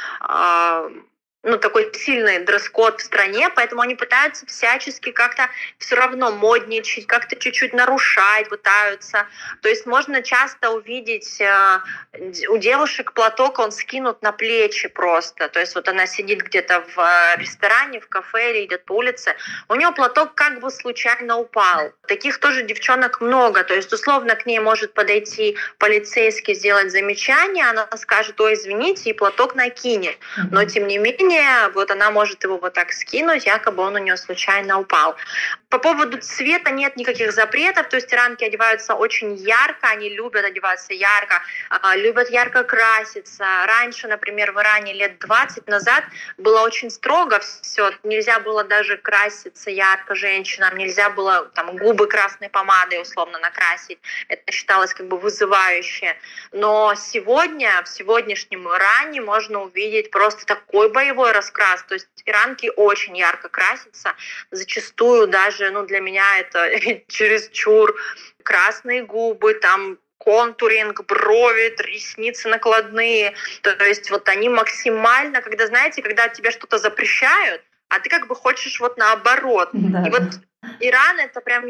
ну, такой сильный дресс-код в стране, поэтому они пытаются всячески как-то все равно модничать, как-то чуть-чуть нарушать пытаются. То есть можно часто увидеть у девушек платок, он скинут на плечи просто. То есть вот она сидит где-то в ресторане, в кафе или где-то по улице, у нее платок как бы случайно упал. Таких тоже девчонок много. То есть условно к ней может подойти полицейский, сделать замечание, она скажет: ой, извините, и платок накинет. Но тем не менее, вот она может его вот так скинуть, якобы он у нее случайно упал. По поводу цвета нет никаких запретов, то есть иранки одеваются очень ярко, они любят одеваться ярко, любят ярко краситься. Раньше, например, в Иране лет 20 назад было очень строго все, нельзя было даже краситься ярко женщинам, нельзя было там губы красной помадой условно накрасить, это считалось как бы вызывающе. Но сегодня, в сегодняшнем Иране можно увидеть просто такой боевой раскрас, то есть иранки очень ярко красятся, зачастую даже, ну, для меня это чересчур, красные губы, там контуринг, брови, ресницы накладные, то есть вот они максимально, когда, знаете, когда тебе что-то запрещают, а ты как бы хочешь вот наоборот. Да. И вот Иран — это прям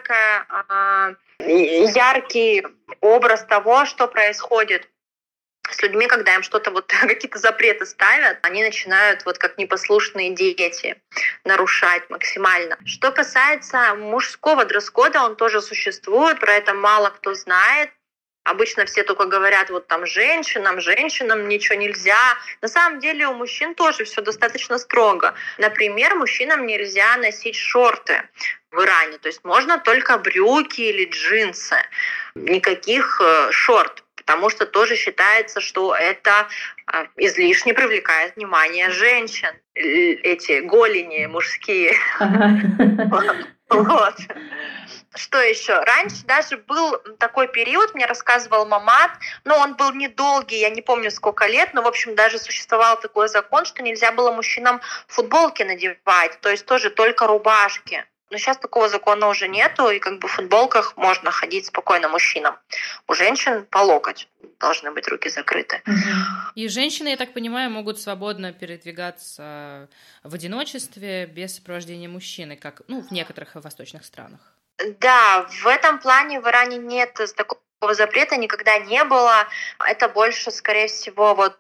яркий образ того, что происходит с людьми, когда им что-то вот какие-то запреты ставят, они начинают вот как непослушные дети нарушать максимально. Что касается мужского дресс-кода, он тоже существует, про это мало кто знает. Обычно все только говорят, вот там женщинам ничего нельзя. На самом деле у мужчин тоже все достаточно строго. Например, мужчинам нельзя носить шорты в Иране. То есть можно только брюки или джинсы. Никаких шорт. Потому что тоже считается, что это излишне привлекает внимание женщин. Эти голени мужские. Вот. Что еще? Раньше даже был такой период, мне рассказывал Мамат, но он был недолгий, я не помню сколько лет, но, в общем, даже существовал такой закон, что нельзя было мужчинам футболки надевать, то есть тоже только рубашки. Но сейчас такого закона уже нету, и как бы в футболках можно ходить спокойно мужчинам. У женщин по локоть должны быть руки закрыты. И женщины, я так понимаю, могут свободно передвигаться в одиночестве без сопровождения мужчины, как в некоторых восточных странах. Да, в этом плане в Иране нет такого запрета, никогда не было. Это больше, скорее всего, вот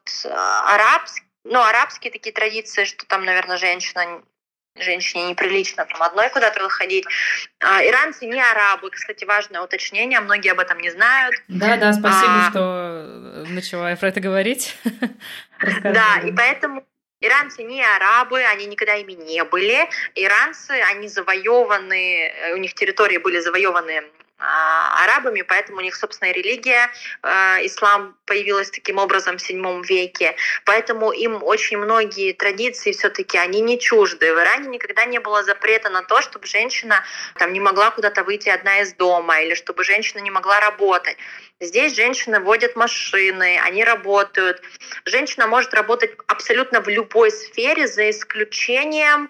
арабские такие традиции, что там, наверное, женщине неприлично там одной куда-то выходить. Иранцы не арабы, кстати, важное уточнение, многие об этом не знают. Да, спасибо, что начала про это говорить. Да, и поэтому иранцы не арабы, они никогда ими не были. Иранцы, они завоеваны, у них территории были завоеваны арабами, поэтому у них собственная религия, ислам появилась таким образом в VII веке, поэтому им очень многие традиции все-таки они не чужды. В Иране никогда не было запрета на то, чтобы женщина там не могла куда-то выйти одна из дома или чтобы женщина не могла работать. Здесь женщины водят машины, они работают. Женщина может работать абсолютно в любой сфере, за исключением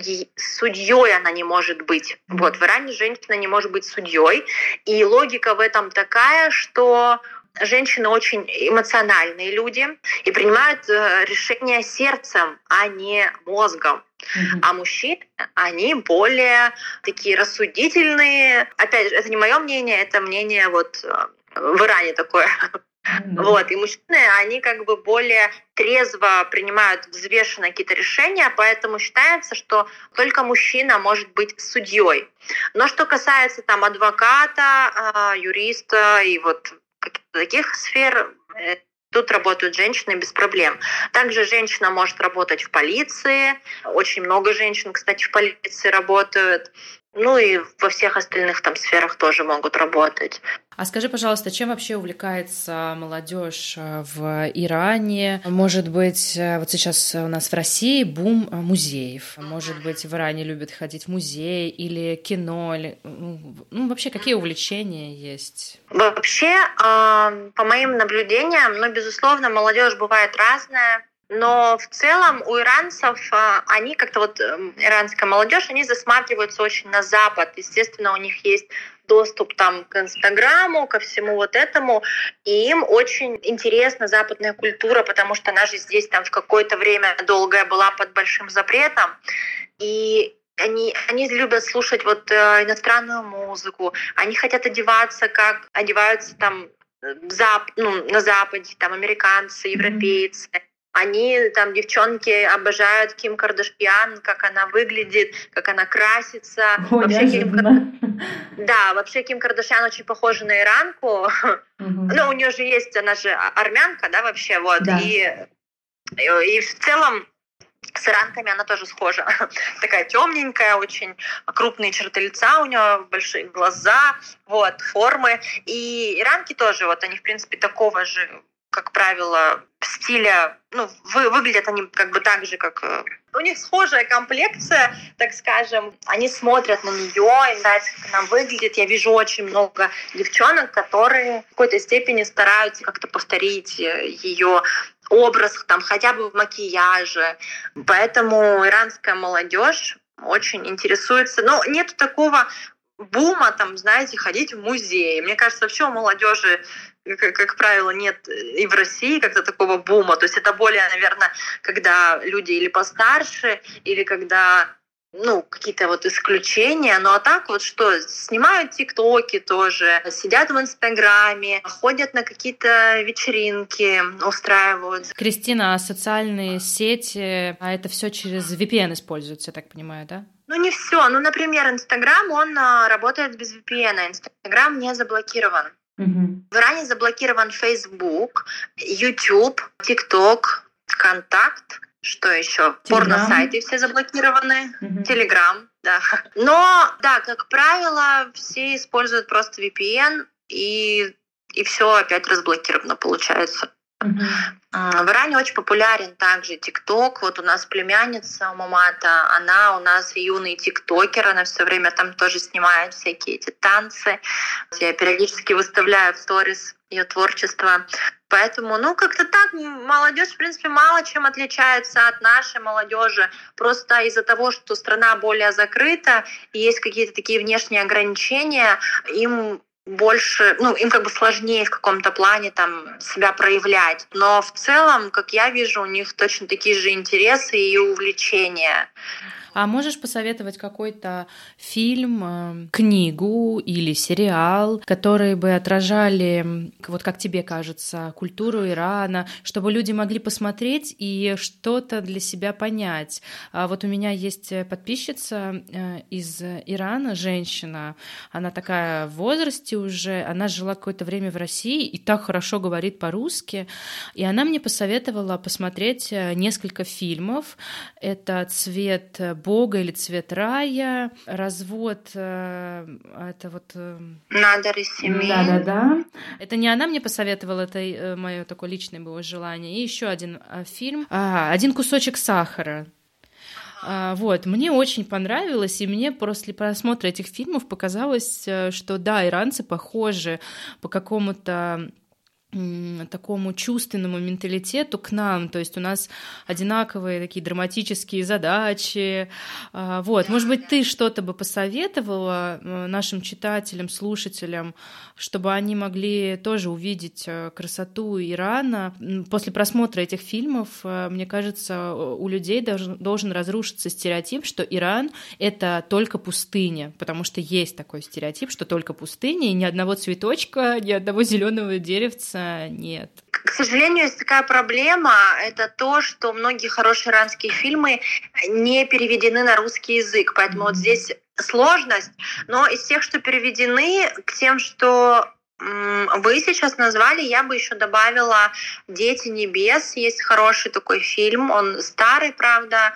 судьей она не может быть. Вот, в Иране женщина не может быть судьей. И логика в этом такая, что женщины очень эмоциональные люди и принимают решения сердцем, а не мозгом. А мужчины, они более такие рассудительные. Опять же, это не мое мнение, это мнение вот в Иране такое. Вот, и мужчины, они как бы более трезво принимают взвешенные какие-то решения, поэтому считается, что только мужчина может быть судьей. Но что касается там адвоката, юриста и вот каких-то таких сфер, тут работают женщины без проблем. Также женщина может работать в полиции. Очень много женщин, кстати, в полиции работают. Ну и во всех остальных там сферах тоже могут работать. А скажи, пожалуйста, чем вообще увлекается молодежь в Иране? Может быть, вот сейчас у нас в России бум музеев. Может быть, в Иране любят ходить в музей или кино. Или, вообще, какие увлечения есть? Вообще, по моим наблюдениям, безусловно, молодежь бывает разная. Но в целом у иранцев, они как-то вот, иранская молодежь, они засматриваются очень на Запад. Естественно, у них есть доступ там к Инстаграму, ко всему вот этому, и им очень интересна западная культура, потому что она же здесь там в какое-то время долгое была под большим запретом, и они любят слушать вот иностранную музыку, они хотят одеваться, как одеваются там на Западе, там американцы, европейцы. Они, там, девчонки обожают Ким Кардашьян, как она выглядит, как она красится. Вообще Ким Кардашьян очень похожа на иранку. Но у нее же есть, она же армянка, да, вообще, вот. Да. И в целом с иранками она тоже схожа. Такая темненькая, очень крупные черты лица у нее, большие глаза, вот, формы. И иранки тоже, вот, они, в принципе, такого же, как правило, стиля, выглядят они как бы так же, как... У них схожая комплекция, так скажем. Они смотрят на нее, им нравится, как она выглядит. Я вижу очень много девчонок, которые в какой-то степени стараются как-то повторить ее образ, там, хотя бы в макияже. Поэтому иранская молодежь очень интересуется. Но нет такого бума, там, знаете, ходить в музей. Мне кажется, вообще у молодежи, как правило, нет и в России как-то такого бума. То есть это более, наверное, когда люди или постарше, или когда какие-то вот исключения. Ну а так вот что, снимают тиктоки тоже, сидят в Инстаграме, ходят на какие-то вечеринки, устраивают. Кристина, а социальные сети, а это все через VPN используется, я так понимаю, да? Не все. Например, Инстаграм, он работает без VPN. Инстаграм не заблокирован. В Иране заблокирован Facebook, YouTube, TikTok, Контакт. Что еще? Порно-сайты все заблокированы. Telegram, да. Но, да, как правило, все используют просто VPN, и все опять разблокировано получается. В Иране очень популярен также ТикТок. Вот у нас племянница Мамата, она у нас юный тиктокер, она все время там тоже снимает всякие эти танцы. Я периодически выставляю в сторис ее творчество. Поэтому, как-то так, молодежь, в принципе, мало чем отличается от нашей молодежи. Просто из-за того, что страна более закрыта, и есть какие-то такие внешние ограничения, им больше, им как бы сложнее в каком-то плане там себя проявлять. Но в целом, как я вижу, у них точно такие же интересы и увлечения. А можешь посоветовать какой-то фильм, книгу или сериал, которые бы отражали, вот как тебе кажется, культуру Ирана, чтобы люди могли посмотреть и что-то для себя понять? Вот у меня есть подписчица из Ирана, женщина, она такая в возрасте уже, она жила какое-то время в России и так хорошо говорит по-русски, и она мне посоветовала посмотреть несколько фильмов. Это «Цвет Бога» или «Цвет рая», «Развод», это вот... «Надо семьи». Да. Это не она мне посоветовала, это мое такое личное было желание. И еще один фильм «Один кусочек сахара». Вот, мне очень понравилось, и мне после просмотра этих фильмов показалось, что да, иранцы похожи по какому-то такому чувственному менталитету к нам, то есть у нас одинаковые такие драматические задачи. Вот, может быть, ты что-то бы посоветовала нашим читателям, слушателям, чтобы они могли тоже увидеть красоту Ирана. После просмотра этих фильмов, мне кажется, у людей должен разрушиться стереотип, что Иран — это только пустыня, потому что есть такой стереотип, что только пустыня, и ни одного цветочка, ни одного зеленого деревца нет. К сожалению, есть такая проблема, это то, что многие хорошие иранские фильмы не переведены на русский язык, поэтому вот здесь сложность, но из тех, что переведены, к тем, что вы сейчас назвали, я бы еще добавила «Дети небес», есть хороший такой фильм, он старый, правда,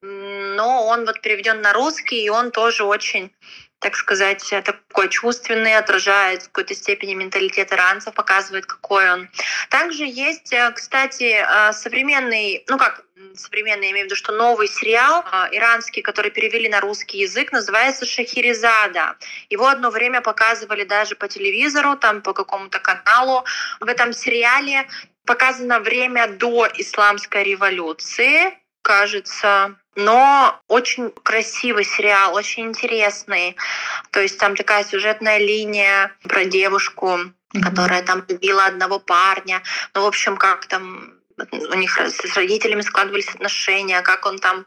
но он вот переведен на русский, и он тоже очень, так сказать, такой чувственный, отражает в какой-то степени менталитет иранцев, показывает, какой он. Также есть, кстати, современный, современный, я имею в виду, что новый сериал иранский, который перевели на русский язык, называется «Шахерезада». Его одно время показывали даже по телевизору, там по какому-то каналу. В этом сериале показано время до исламской революции, кажется, но очень красивый сериал, очень интересный. То есть там такая сюжетная линия про девушку, которая там любила одного парня. В общем, как там у них с родителями складывались отношения, как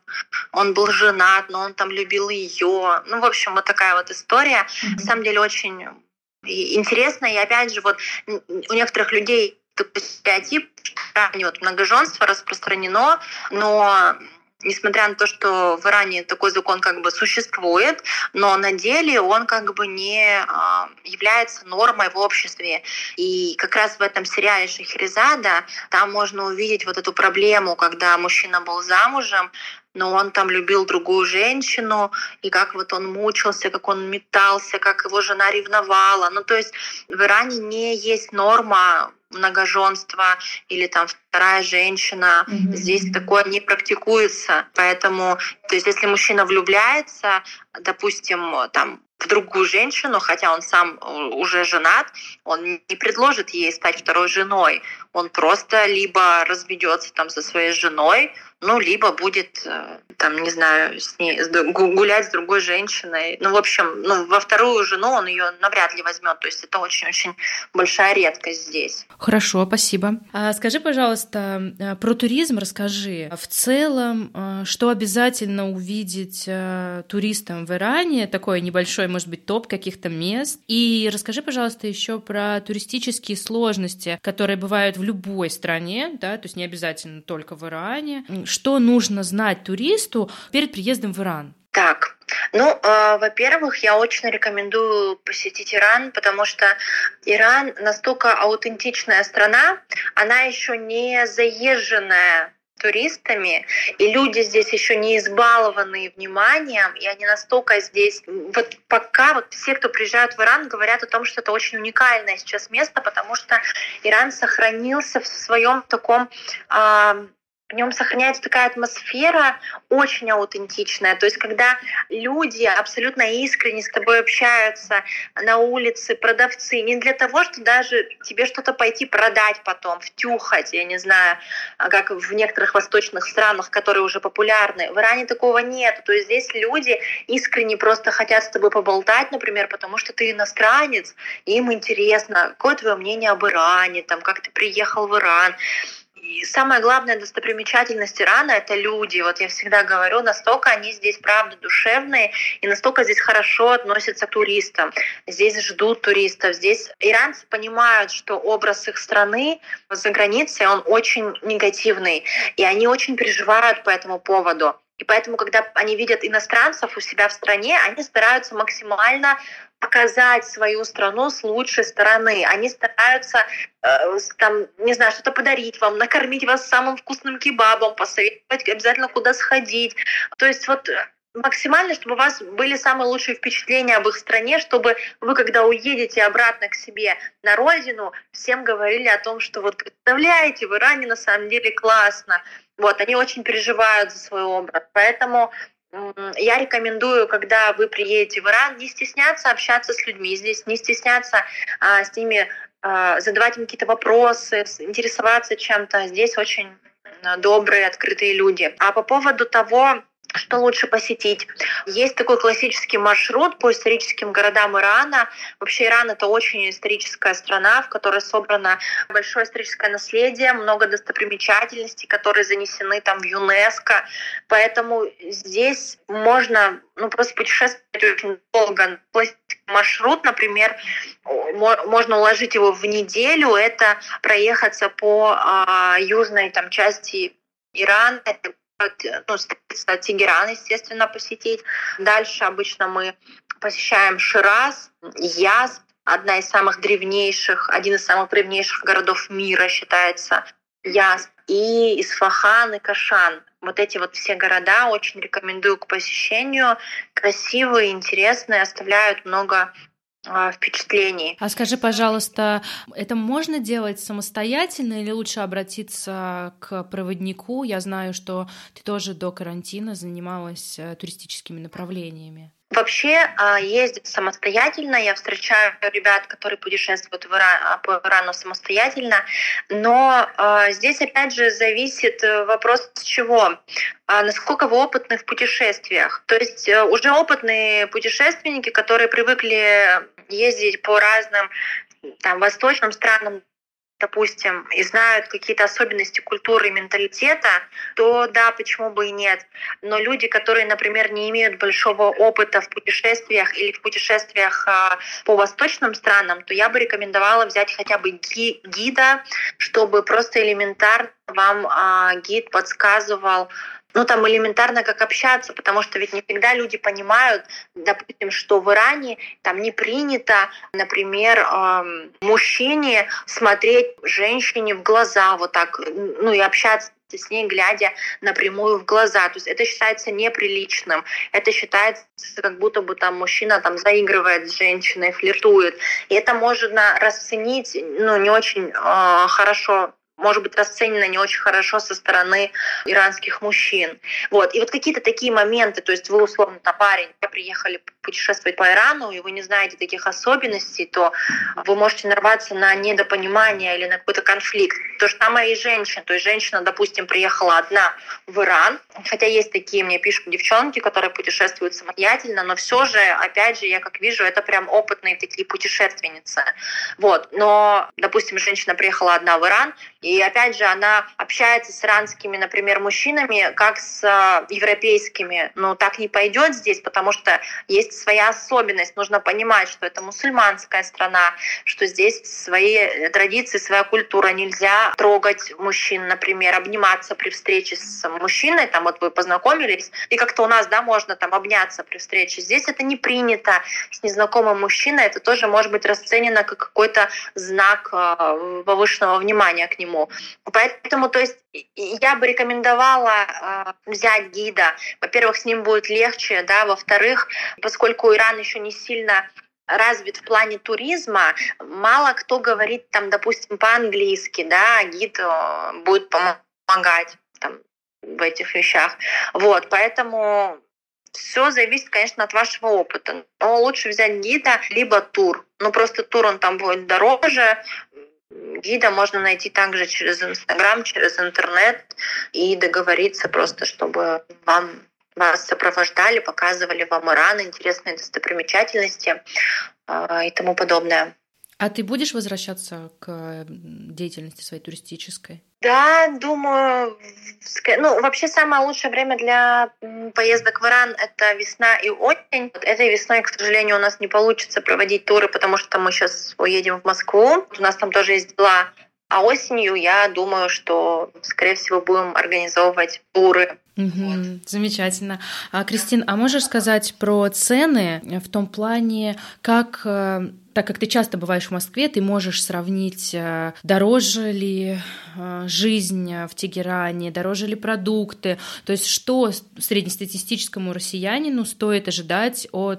он был женат, но он там любил ее. В общем, вот такая вот история. На самом деле очень интересная. И опять же, вот у некоторых людей такой стереотип, что многоженство распространено, но несмотря на то, что в Иране такой закон как бы существует, но на деле он как бы не является нормой в обществе. И как раз в этом сериале «Шахерезада» там можно увидеть вот эту проблему, когда мужчина был замужем, но он там любил другую женщину, и как вот он мучился, как он метался, как его жена ревновала. То есть в Иране не есть норма многоженства или там вторая женщина. Здесь такое не практикуется. Поэтому, то есть если мужчина влюбляется, допустим, там в другую женщину, хотя он сам уже женат, он не предложит ей стать второй женой. Он просто либо разведется там со своей женой, либо будет, там, не знаю, с ней гулять с другой женщиной. В общем, во вторую жену он ее навряд ли возьмет. То есть это очень-очень большая редкость здесь. Хорошо, спасибо. Скажи, пожалуйста, про туризм расскажи. В целом, что обязательно увидеть туристам в Иране? Такой небольшой, может быть, топ каких-то мест. И расскажи, пожалуйста, еще про туристические сложности, которые бывают в любой стране, да, то есть не обязательно только в Иране. Что нужно знать туристу перед приездом в Иран? Так, во-первых, я очень рекомендую посетить Иран, потому что Иран настолько аутентичная страна, она еще не заезженная. туристами, и люди здесь еще не избалованные вниманием, и они настолько здесь... Вот пока вот все, кто приезжают в Иран, говорят о том, что это очень уникальное сейчас место, потому что Иран сохранился в своем таком... В нем сохраняется такая атмосфера очень аутентичная. То есть, когда люди абсолютно искренне с тобой общаются на улице, продавцы, не для того, что даже тебе что-то пойти продать потом, втюхать, я не знаю, как в некоторых восточных странах, которые уже популярны. В Иране такого нет. То есть здесь люди искренне просто хотят с тобой поболтать, например, потому что ты иностранец, и им интересно, какое твое мнение об Иране, там, как ты приехал в Иран. И самая главная достопримечательность Ирана — это люди. Вот я всегда говорю, настолько они здесь, правда, душевные, и настолько здесь хорошо относятся к туристам. Здесь ждут туристов. Здесь иранцы понимают, что образ их страны за границей, он очень негативный, и они очень переживают по этому поводу. И поэтому, когда они видят иностранцев у себя в стране, они стараются максимально показать свою страну с лучшей стороны. Они стараются, там, не знаю, что-то подарить вам, накормить вас самым вкусным кебабом, посоветовать обязательно куда сходить. То есть вот максимально, чтобы у вас были самые лучшие впечатления об их стране, чтобы вы, когда уедете обратно к себе на родину, всем говорили о том, что вот представляете, в Иране на самом деле классно. Вот, они очень переживают за свой образ. Поэтому я рекомендую, когда вы приедете в Иран, не стесняться общаться с людьми здесь, не стесняться с ними, задавать им какие-то вопросы, интересоваться чем-то. Здесь очень добрые, открытые люди. А по поводу того, что лучше посетить. Есть такой классический маршрут по историческим городам Ирана. Вообще Иран — это очень историческая страна, в которой собрано большое историческое наследие, много достопримечательностей, которые занесены там в ЮНЕСКО. Поэтому здесь можно просто путешествовать очень долго. Классический маршрут, например, можно уложить его в неделю. Это проехаться по южной части Ирана, столица Тегеран, естественно, посетить. Дальше обычно мы посещаем Шираз, Язд, один из самых древнейших городов мира считается Язд, и Исфахан, и Кашан. Вот эти вот все города очень рекомендую к посещению. Красивые, интересные, оставляют много впечатлений. А скажи, пожалуйста, это можно делать самостоятельно или лучше обратиться к проводнику? Я знаю, что ты тоже до карантина занималась туристическими направлениями. Вообще ездить самостоятельно. Я встречаю ребят, которые путешествуют по Ирану самостоятельно. Но здесь опять же зависит вопрос с чего. Насколько вы опытны в путешествиях. То есть уже опытные путешественники, которые привыкли ездить по разным восточным странам, допустим, и знают какие-то особенности культуры и менталитета, то да, почему бы и нет. Но люди, которые, например, не имеют большого опыта в путешествиях или в путешествиях по восточным странам, то я бы рекомендовала взять хотя бы гида, чтобы просто элементарно вам гид подсказывал, элементарно как общаться, потому что ведь не всегда люди понимают, допустим, что в Иране не принято, например, мужчине смотреть женщине в глаза вот так, и общаться с ней, глядя напрямую в глаза. То есть это считается неприличным. Это считается, как будто бы мужчина заигрывает с женщиной, флиртует. И это можно расценить, не очень хорошо, может быть расценено не очень хорошо со стороны иранских мужчин. Вот. И вот какие-то такие моменты, то есть вы условно парень, вы приехали путешествовать по Ирану, и вы не знаете таких особенностей, то вы можете нарваться на недопонимание или на какой-то конфликт. То же самое и женщина. То есть женщина, допустим, приехала одна в Иран, хотя есть такие, мне пишут девчонки, которые путешествуют самостоятельно, но все же, опять же, я как вижу, это прям опытные такие путешественницы. Вот. Но, допустим, женщина приехала одна в Иран, и опять же, она общается с иранскими, например, мужчинами, как с европейскими. Так не пойдет здесь, потому что есть своя особенность. Нужно понимать, что это мусульманская страна, что здесь свои традиции, своя культура. Нельзя трогать мужчин, например, обниматься при встрече с мужчиной. Вот вы познакомились, и как-то у нас, можно обняться при встрече. Здесь это не принято. С незнакомым мужчиной это тоже может быть расценено как какой-то знак повышенного внимания к нему. по-другому. Поэтому, то есть, я бы рекомендовала взять гида. Во-первых, с ним будет легче, да, во-вторых, поскольку Иран еще не сильно развит в плане туризма, мало кто говорит там, допустим, по-английски, да, а гид будет помогать там в этих вещах. Вот, поэтому все зависит, конечно, от вашего опыта. Но лучше взять гида, либо тур. Ну, просто тур, он там будет дороже. Гида можно найти также через Инстаграм, через интернет и договориться просто, чтобы вас сопровождали, показывали вам Иран, интересные достопримечательности и тому подобное. А ты будешь возвращаться к деятельности своей туристической? Да, думаю, вообще самое лучшее время для поездок в Иран — это весна и осень. Этой весной, к сожалению, у нас не получится проводить туры, потому что мы сейчас уедем в Москву. У нас там тоже есть дела. А осенью, я думаю, что, скорее всего, будем организовывать туры. Угу, замечательно. Кристин, а можешь сказать про цены в том плане, как, так как ты часто бываешь в Москве, ты можешь сравнить, дороже ли жизнь в Тегеране, дороже ли продукты, то есть что среднестатистическому россиянину стоит ожидать от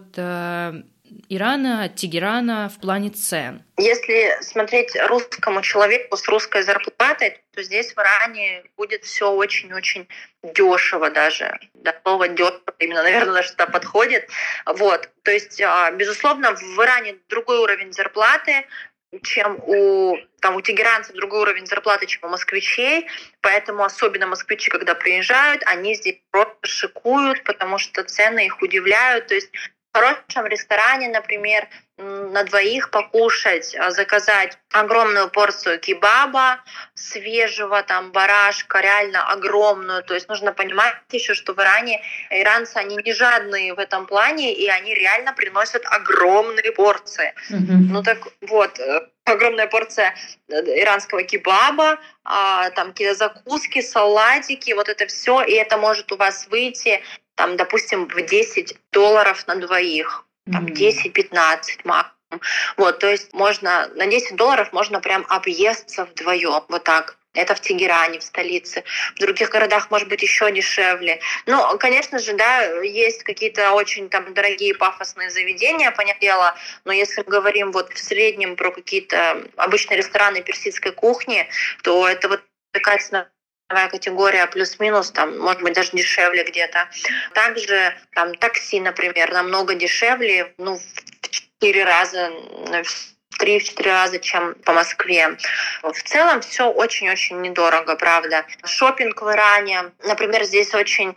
Ирана, от Тегерана в плане цен? Если смотреть русскому человеку с русской зарплатой, то здесь в Иране будет все очень-очень дешево даже. Да, слово дешево именно, наверное, даже сюда подходит. Вот. То есть, безусловно, в Иране другой уровень зарплаты, чем у тегеранцев другой уровень зарплаты, чем у москвичей. Поэтому особенно москвичи, когда приезжают, они здесь просто шикуют, потому что цены их удивляют. То есть в хорошем ресторане, например, на двоих покушать, заказать огромную порцию кебаба, свежего там барашка, реально огромную. То есть нужно понимать еще, что в Иране иранцы, они не жадные в этом плане, и они реально приносят огромные порции. Ну так вот, огромная порция иранского кебаба, там какие-то закуски, салатики, вот это все, и это может у вас выйти там, допустим, в $10 на двоих, там 10-15 максимум. Вот, то есть можно на $10 можно прям объесться вдвоем, вот так. Это в Тегеране, в столице. В других городах может быть еще дешевле. Ну, конечно же, да, есть какие-то очень там дорогие пафосные заведения, понятное дело, но если мы говорим вот в среднем про какие-то обычные рестораны персидской кухни, то это вот такая ценовая категория плюс-минус, там, может быть, даже дешевле где-то. Также там такси, например, намного дешевле, в 4 раза, в 3-4 раза, чем по Москве. В целом все очень-очень недорого, правда. Шопинг в Иране, например, здесь очень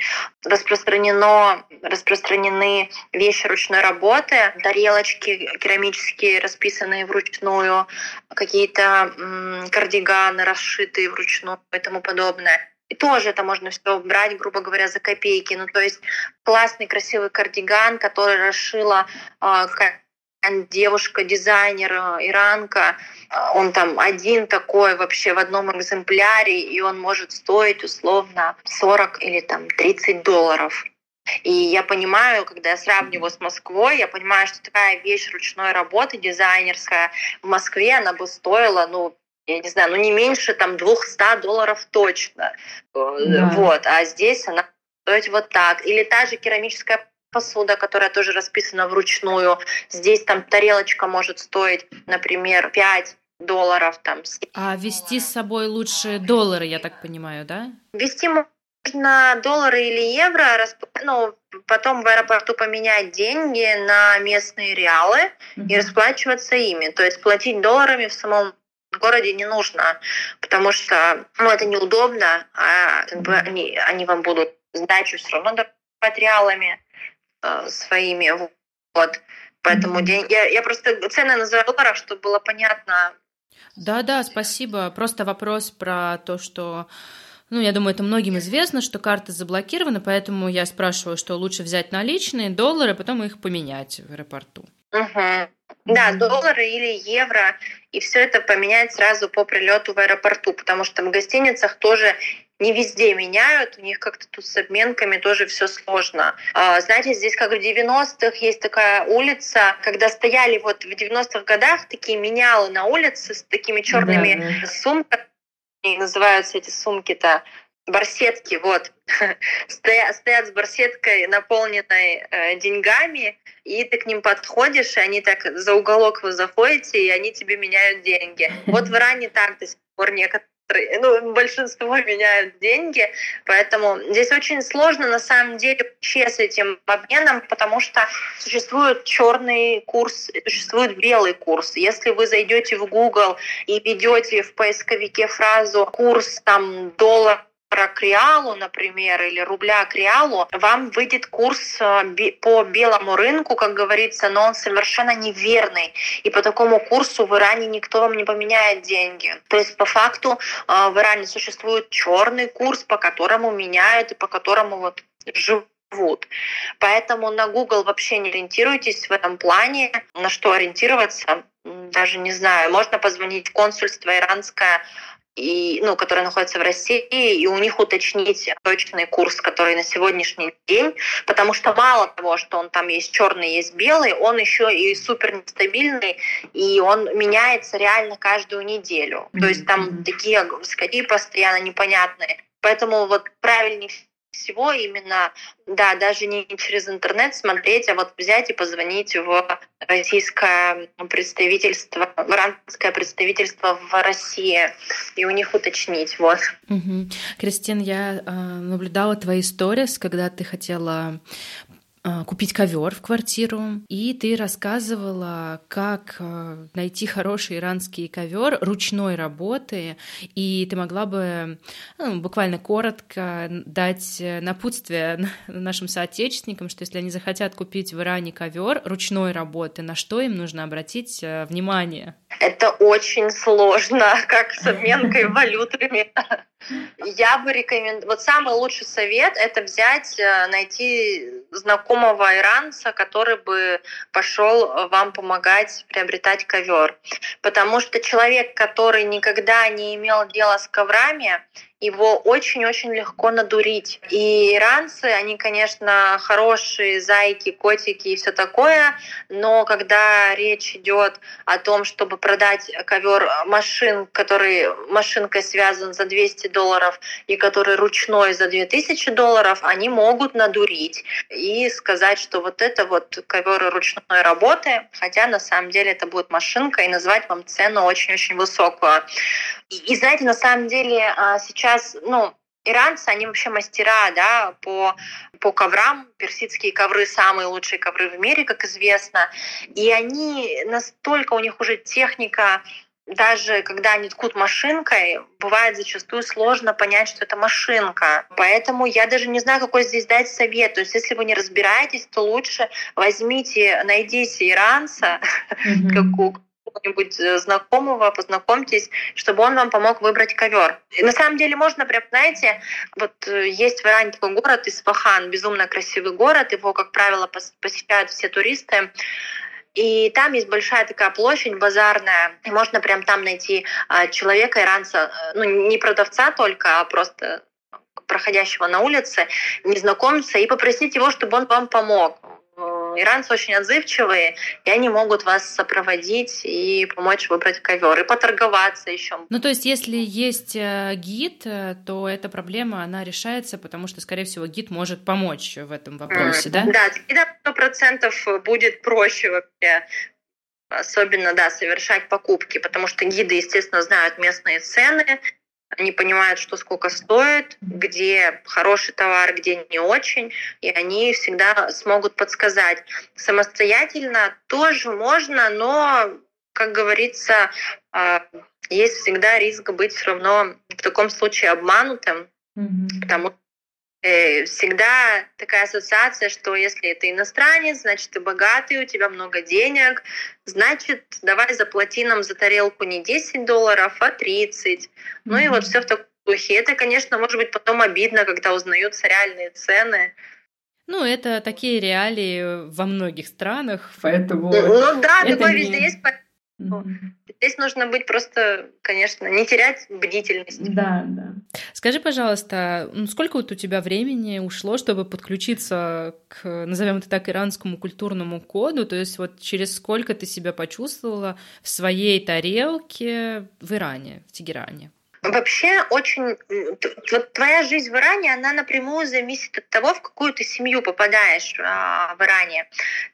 распространены вещи ручной работы, тарелочки керамические, расписанные вручную, какие-то кардиганы, расшитые вручную и тому подобное. И тоже это можно все брать, грубо говоря, за копейки. Ну, то есть классный, красивый кардиган, который расшила девушка-дизайнер, иранка, он там один такой вообще в одном экземпляре, и он может стоить условно $40 или там $30. И я понимаю, когда я сравниваю с Москвой, я понимаю, что такая вещь ручной работы, дизайнерская, в Москве она бы стоила, я не знаю, не меньше там $200 точно. Да. Вот, а здесь она стоит вот так. Или та же керамическая посуда, которая тоже расписана вручную. Здесь там тарелочка может стоить, например, $5. Там. А везти с собой лучше доллары, я так понимаю, да? Везти можно доллары или евро, потом в аэропорту поменять деньги на местные реалы и расплачиваться ими. То есть платить долларами в самом городе не нужно, потому что это неудобно, а они вам будут сдачу все равно давать реалами своими. Вот. Поэтому я просто цены называю в долларах, чтобы было понятно. Да, спасибо. Просто вопрос про то, что я думаю, это многим известно, что карта заблокирована, поэтому я спрашиваю, что лучше взять наличные доллары, потом их поменять в аэропорту. Угу. Да, доллары или евро, и все это поменять сразу по прилету в аэропорту, потому что в гостиницах тоже не везде меняют, у них как-то тут с обменками тоже все сложно. Знаете, здесь как в 90-х есть такая улица, когда стояли вот в 90-х годах такие менялы на улице с такими черными сумками, них называются эти сумки-то? Барсетки, вот. Стоят с барсеткой, наполненной деньгами, и ты к ним подходишь, и они так за уголок вы заходите, и они тебе меняют деньги. Вот в Иране так до сих пор некоторые, большинство меняют деньги, поэтому здесь очень сложно на самом деле вообще с этим обменом, потому что существует черный курс, существует белый курс. Если вы зайдете в Google и введете в поисковике фразу «курс там доллар к реалу, например, или рубля к реалу», вам выйдет курс по белому рынку, как говорится, но он совершенно неверный. И по такому курсу в Иране никто вам не поменяет деньги. То есть по факту в Иране существует черный курс, по которому меняют и по которому вот живут. Поэтому на Google вообще не ориентируйтесь в этом плане. На что ориентироваться, даже не знаю. Можно позвонить в консульство иранское, которая находится в России, и у них уточнить точный курс, который на сегодняшний день, потому что мало того, что он там есть черный, есть белый, он еще и супер нестабильный, и он меняется реально каждую неделю. То есть там такие скачки постоянно непонятные. Поэтому вот правильнее всего именно, да, даже не через интернет смотреть, а вот взять и позвонить в российское представительство, в иранское представительство в России и у них уточнить, вот. Кристин, я наблюдала твои сторис, когда ты хотела купить ковер в квартиру, и ты рассказывала, как найти хороший иранский ковер ручной работы, и ты могла бы буквально коротко дать напутствие нашим соотечественникам, что если они захотят купить в Иране ковер ручной работы, на что им нужно обратить внимание? Это очень сложно, как с обменкой валютами. Я бы рекомендовала... Вот самый лучший совет — это найти знакомого иранца, который бы пошел вам помогать приобретать ковер. Потому что человек, который никогда не имел дела с коврами, его очень-очень легко надурить. И иранцы, они, конечно, хорошие зайки, котики и все такое, но когда речь идет о том, чтобы продать ковер который машинкой связан за $200 и который ручной за $2000, они могут надурить и сказать, что вот это вот ковер ручной работы, хотя на самом деле это будет машинка, и назвать вам цену очень-очень высокую. И знаете, на самом деле сейчас, иранцы, они вообще мастера, да, по коврам. Персидские ковры — самые лучшие ковры в мире, как известно. И они настолько, у них уже техника, даже когда они ткут машинкой, бывает зачастую сложно понять, что это машинка. Поэтому я даже не знаю, какой здесь дать совет. То есть если вы не разбираетесь, то лучше найдите иранца, какого-нибудь знакомого, познакомьтесь, чтобы он вам помог выбрать ковер. И на самом деле можно прям, знаете, вот есть в Иране такой город Исфахан, безумно красивый город, его, как правило, посещают все туристы. И там есть большая такая площадь базарная, и можно прям там найти человека, иранца, не продавца только, а просто проходящего на улице, незнакомца, и попросить его, чтобы он вам помог. Иранцы очень отзывчивые, и они могут вас сопроводить и помочь выбрать ковер, и поторговаться еще. То есть, если есть гид, то эта проблема, она решается, потому что, скорее всего, гид может помочь в этом вопросе, да? Да, с гидом 100% будет проще вообще, особенно, да, совершать покупки, потому что гиды, естественно, знают местные цены, они понимают, что сколько стоит, где хороший товар, где не очень, и они всегда смогут подсказать. Самостоятельно тоже можно, но, как говорится, есть всегда риск быть все равно в таком случае обманутым, потому что всегда такая ассоциация, что если ты иностранец, значит, ты богатый, у тебя много денег, значит, давай заплати нам за тарелку не $10, а 30. И вот все в таком духе. Это, конечно, может быть потом обидно, когда узнаются реальные цены. Это такие реалии во многих странах, поэтому... такое везде есть. Здесь нужно быть просто, конечно, не терять бдительность. Да. Скажи, пожалуйста, сколько вот у тебя времени ушло, чтобы подключиться к, назовем это так, иранскому культурному коду? То есть вот через сколько ты себя почувствовала в своей тарелке в Иране, в Тегеране? Вообще очень... Вот твоя жизнь в Иране, она напрямую зависит от того, в какую ты семью попадаешь в Иране.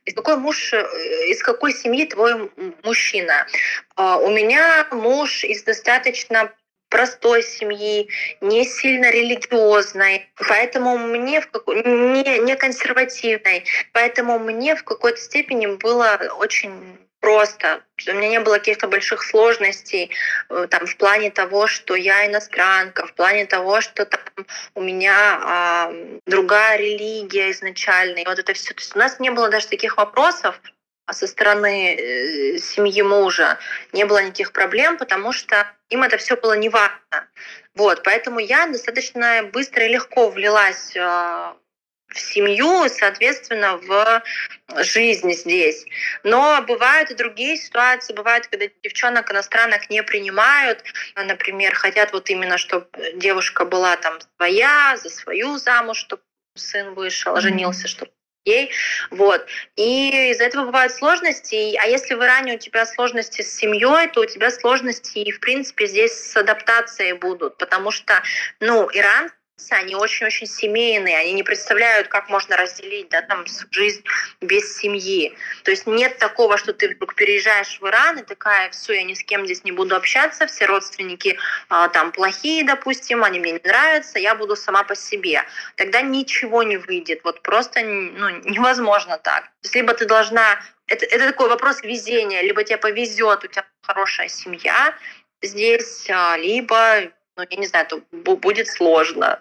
Из какой семьи твой мужчина. У меня муж из достаточно простой семьи, не сильно религиозной, поэтому не консервативной, поэтому мне в какой-то степени было очень просто. У меня не было каких-то больших сложностей там, в плане того, что я иностранка, в плане того, что там, у меня другая религия изначально. И вот это все. То есть у нас не было даже таких вопросов со стороны семьи мужа. Не было никаких проблем, потому что им это все было неважно. Вот, поэтому я достаточно быстро и легко влилась в семью, соответственно, в жизнь здесь. Но бывают и другие ситуации. Бывают, когда девчонок иностранных не принимают. Например, хотят вот именно, чтобы девушка была там своя, за свою замуж, чтобы сын вышел, женился, чтобы ей. Вот. И из-за этого бывают сложности. А если в Иране у тебя сложности с семьей, то у тебя сложности и, в принципе, здесь с адаптацией будут. Потому что, Иран, они очень-очень семейные, они не представляют, как можно разделить там, жизнь без семьи. То есть нет такого, что ты вдруг переезжаешь в Иран и такая, все, я ни с кем здесь не буду общаться, все родственники там плохие, допустим, они мне не нравятся, я буду сама по себе. Тогда ничего не выйдет, вот просто невозможно так. То есть либо ты должна... Это такой вопрос везения, либо тебе повезет, у тебя хорошая семья здесь, либо... я не знаю, то будет сложно.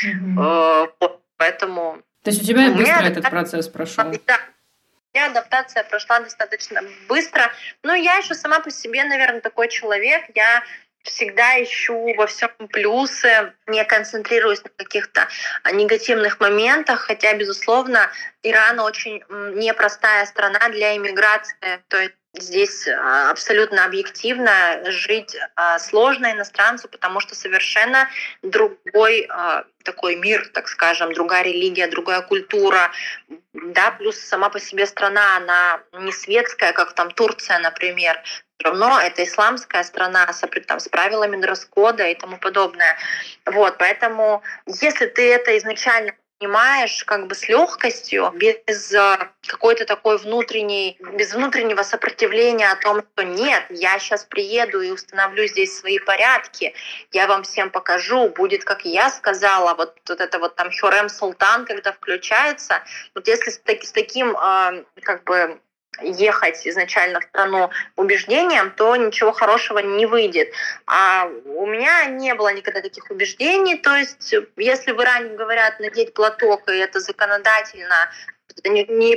Поэтому... То есть у тебя быстро этот процесс прошел? Да. У меня адаптация прошла достаточно быстро. Но я еще сама по себе, наверное, такой человек. Я всегда ищу во всем плюсы, не концентрируюсь на каких-то негативных моментах, хотя, безусловно, Иран очень непростая страна для иммиграции. То есть здесь абсолютно объективно жить сложно иностранцу, потому что совершенно другой такой мир, так скажем, другая религия, другая культура. Да, плюс сама по себе страна, она не светская, как там Турция, например. Все равно это исламская страна с правилами дресс-кода и тому подобное. Вот, поэтому если ты это изначально понимаешь как бы с легкостью, без какой-то такой без внутреннего сопротивления о том, что нет, я сейчас приеду и установлю здесь свои порядки, я вам всем покажу, будет, как я сказала, вот это вот там Хюррем Султан, когда включается, вот если с таким как бы ехать изначально в страну убеждением, то ничего хорошего не выйдет. А у меня не было никогда таких убеждений. То есть, если в Иране говорят надеть платок, и это законодательно, это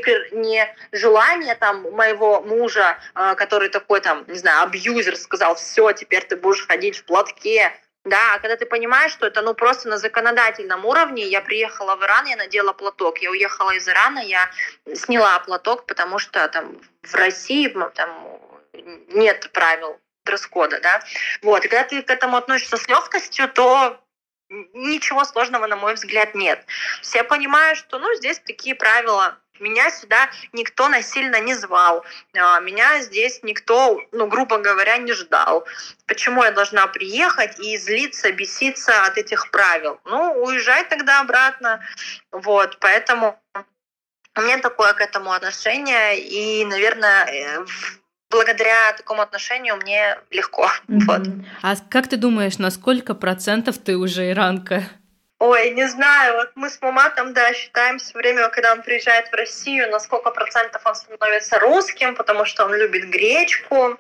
не желание там моего мужа, который такой там, не знаю, абьюзер, сказал, все, теперь ты будешь ходить в платке. Да, а когда ты понимаешь, что это просто на законодательном уровне, я приехала в Иран, я надела платок, я уехала из Ирана, я сняла платок, потому что там в России там нет правил дресс-кода, да. Вот, и когда ты к этому относишься с легкостью, то ничего сложного, на мой взгляд, нет. Все понимают, что здесь такие правила. Меня сюда никто насильно не звал. Меня здесь никто, грубо говоря, не ждал. Почему я должна приехать и злиться, беситься от этих правил? Уезжай тогда обратно. Вот, поэтому у меня такое к этому отношение. И, наверное, благодаря такому отношению мне легко. Вот. А как ты думаешь, на сколько процентов ты уже иранка? Ой, не знаю, вот мы с Маматом, считаем все время, когда он приезжает в Россию, на сколько процентов он становится русским, потому что он любит гречку,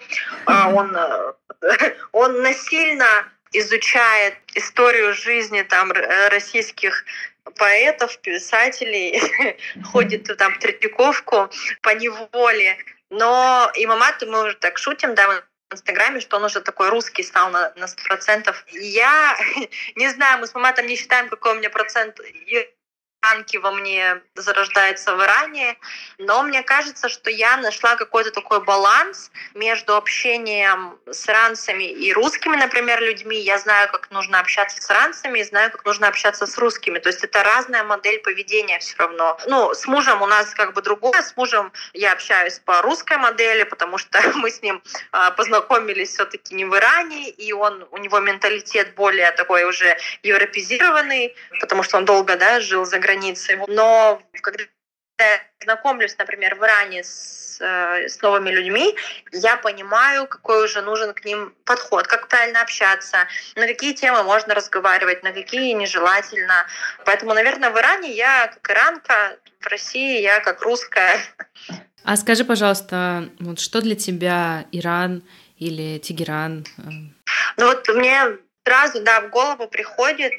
он насильно изучает историю жизни там российских поэтов, писателей, ходит там в Третьяковку по неволе. Но и Мамат, мы уже так шутим, в Инстаграме, что он уже такой русский стал на 100%. Я не знаю, мы с Маматом не считаем, какой у меня процент иранки во мне зарождаются в Иране, но мне кажется, что я нашла какой-то такой баланс между общением с иранцами и русскими, например, людьми. Я знаю, как нужно общаться с иранцами, и знаю, как нужно общаться с русскими. То есть это разная модель поведения все равно. Ну, с мужем у нас как бы другое. С мужем я общаюсь по русской модели, потому что мы с ним познакомились все-таки не в Иране, и у него менталитет более такой уже европеизированный, потому что он долго, да, жил за границей. Но когда я знакомлюсь, например, в Иране с новыми людьми, я понимаю, какой уже нужен к ним подход, как правильно общаться, на какие темы можно разговаривать, на какие нежелательно. Поэтому, наверное, в Иране я как иранка, в России я как русская. А скажи, пожалуйста, вот что для тебя Иран или Тегеран? Ну вот мне сразу, да, в голову приходит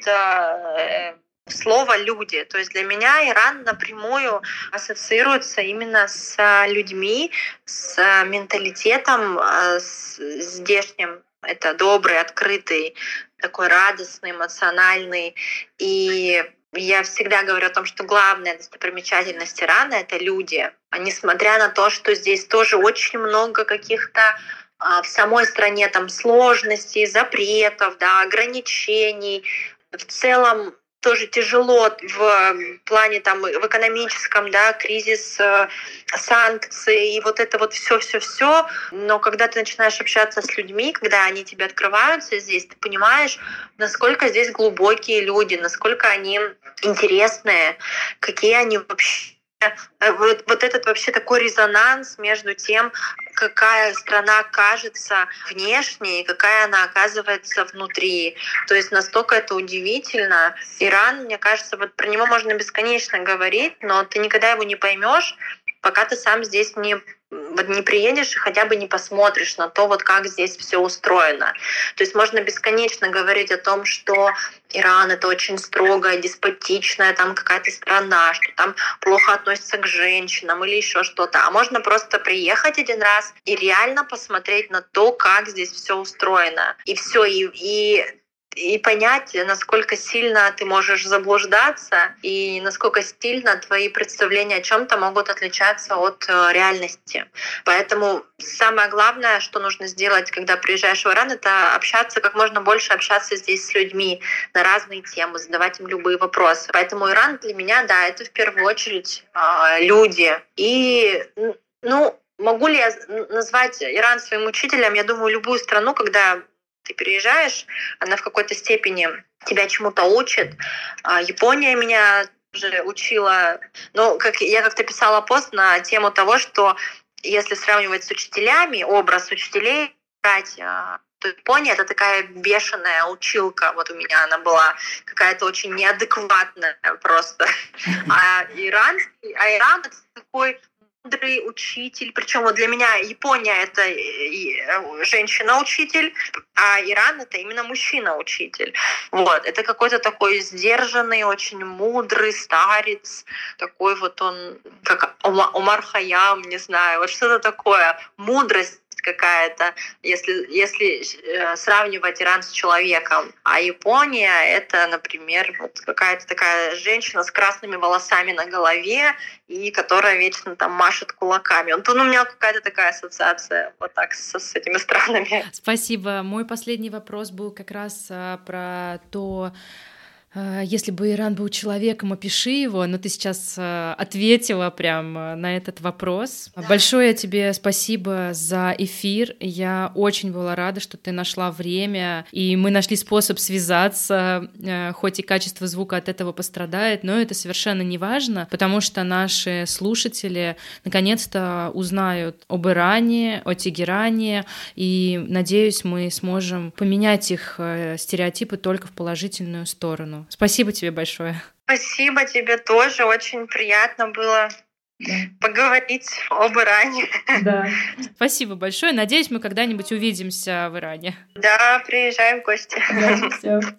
слово «люди». То есть для меня Иран напрямую ассоциируется именно с людьми, с менталитетом с здешним. Это добрый, открытый, такой радостный, эмоциональный. И я всегда говорю о том, что главная достопримечательность Ирана — это люди. Несмотря на то, что здесь тоже очень много каких-то в самой стране там сложностей, запретов, да, ограничений. В целом тоже тяжело в плане там в экономическом, да, кризис, санкции и вот это вот все. Но когда ты начинаешь общаться с людьми, когда они тебе открываются здесь, ты понимаешь, насколько здесь глубокие люди, насколько они интересные, какие они вообще. Вот этот вообще такой резонанс между тем, какая страна кажется внешне и какая она оказывается внутри. То есть настолько это удивительно. Иран, мне кажется, вот про него можно бесконечно говорить, но ты никогда его не поймешь, пока ты сам здесь не приедешь и хотя бы не посмотришь на то, вот как здесь все устроено. То есть можно бесконечно говорить о том, что Иран — это очень строгая, деспотичная там какая-то страна, что там плохо относятся к женщинам или еще что-то. А можно просто приехать один раз и реально посмотреть на то, как здесь все устроено. И все, и понять, насколько сильно ты можешь заблуждаться и насколько сильно твои представления о чем-то могут отличаться от реальности. Поэтому самое главное, что нужно сделать, когда приезжаешь в Иран, это общаться, как можно больше общаться здесь с людьми на разные темы, задавать им любые вопросы. Поэтому Иран для меня, да, это в первую очередь люди. И, могу ли я назвать Иран своим учителем? Я думаю, любую страну, когда ты переезжаешь, она в какой-то степени тебя чему-то учит. Япония меня уже учила. Я как-то писала пост на тему того, что если сравнивать с учителями, образ учителей брать, то Япония — это такая бешеная училка. Вот у меня она была какая-то очень неадекватная просто. А Иран — это такой мудрый учитель. Причем вот для меня Япония — это женщина-учитель, а Иран — это именно мужчина-учитель. Вот. Это какой-то такой сдержанный, очень мудрый старец. Такой вот он, как Омар Хайям, не знаю, вот что-то такое. Мудрость какая-то, если сравнивать Иран с человеком. А Япония — это, например, вот какая-то такая женщина с красными волосами на голове и которая вечно там машет кулаками. У меня какая-то такая ассоциация вот так с этими странами. Спасибо. Мой последний вопрос был как раз про то, если бы Иран был человеком, опиши его, но ты сейчас ответила прям на этот вопрос. Да. Большое тебе спасибо за эфир. Я очень была рада, что ты нашла время, и мы нашли способ связаться, хоть и качество звука от этого пострадает, но это совершенно не важно, потому что наши слушатели наконец-то узнают об Иране, о Тегеране, и, надеюсь, мы сможем поменять их стереотипы только в положительную сторону. Спасибо тебе большое. Спасибо тебе тоже. Очень приятно было поговорить об Иране. Да. Спасибо большое. Надеюсь, мы когда-нибудь увидимся в Иране. Да, приезжай в гости. Да, все.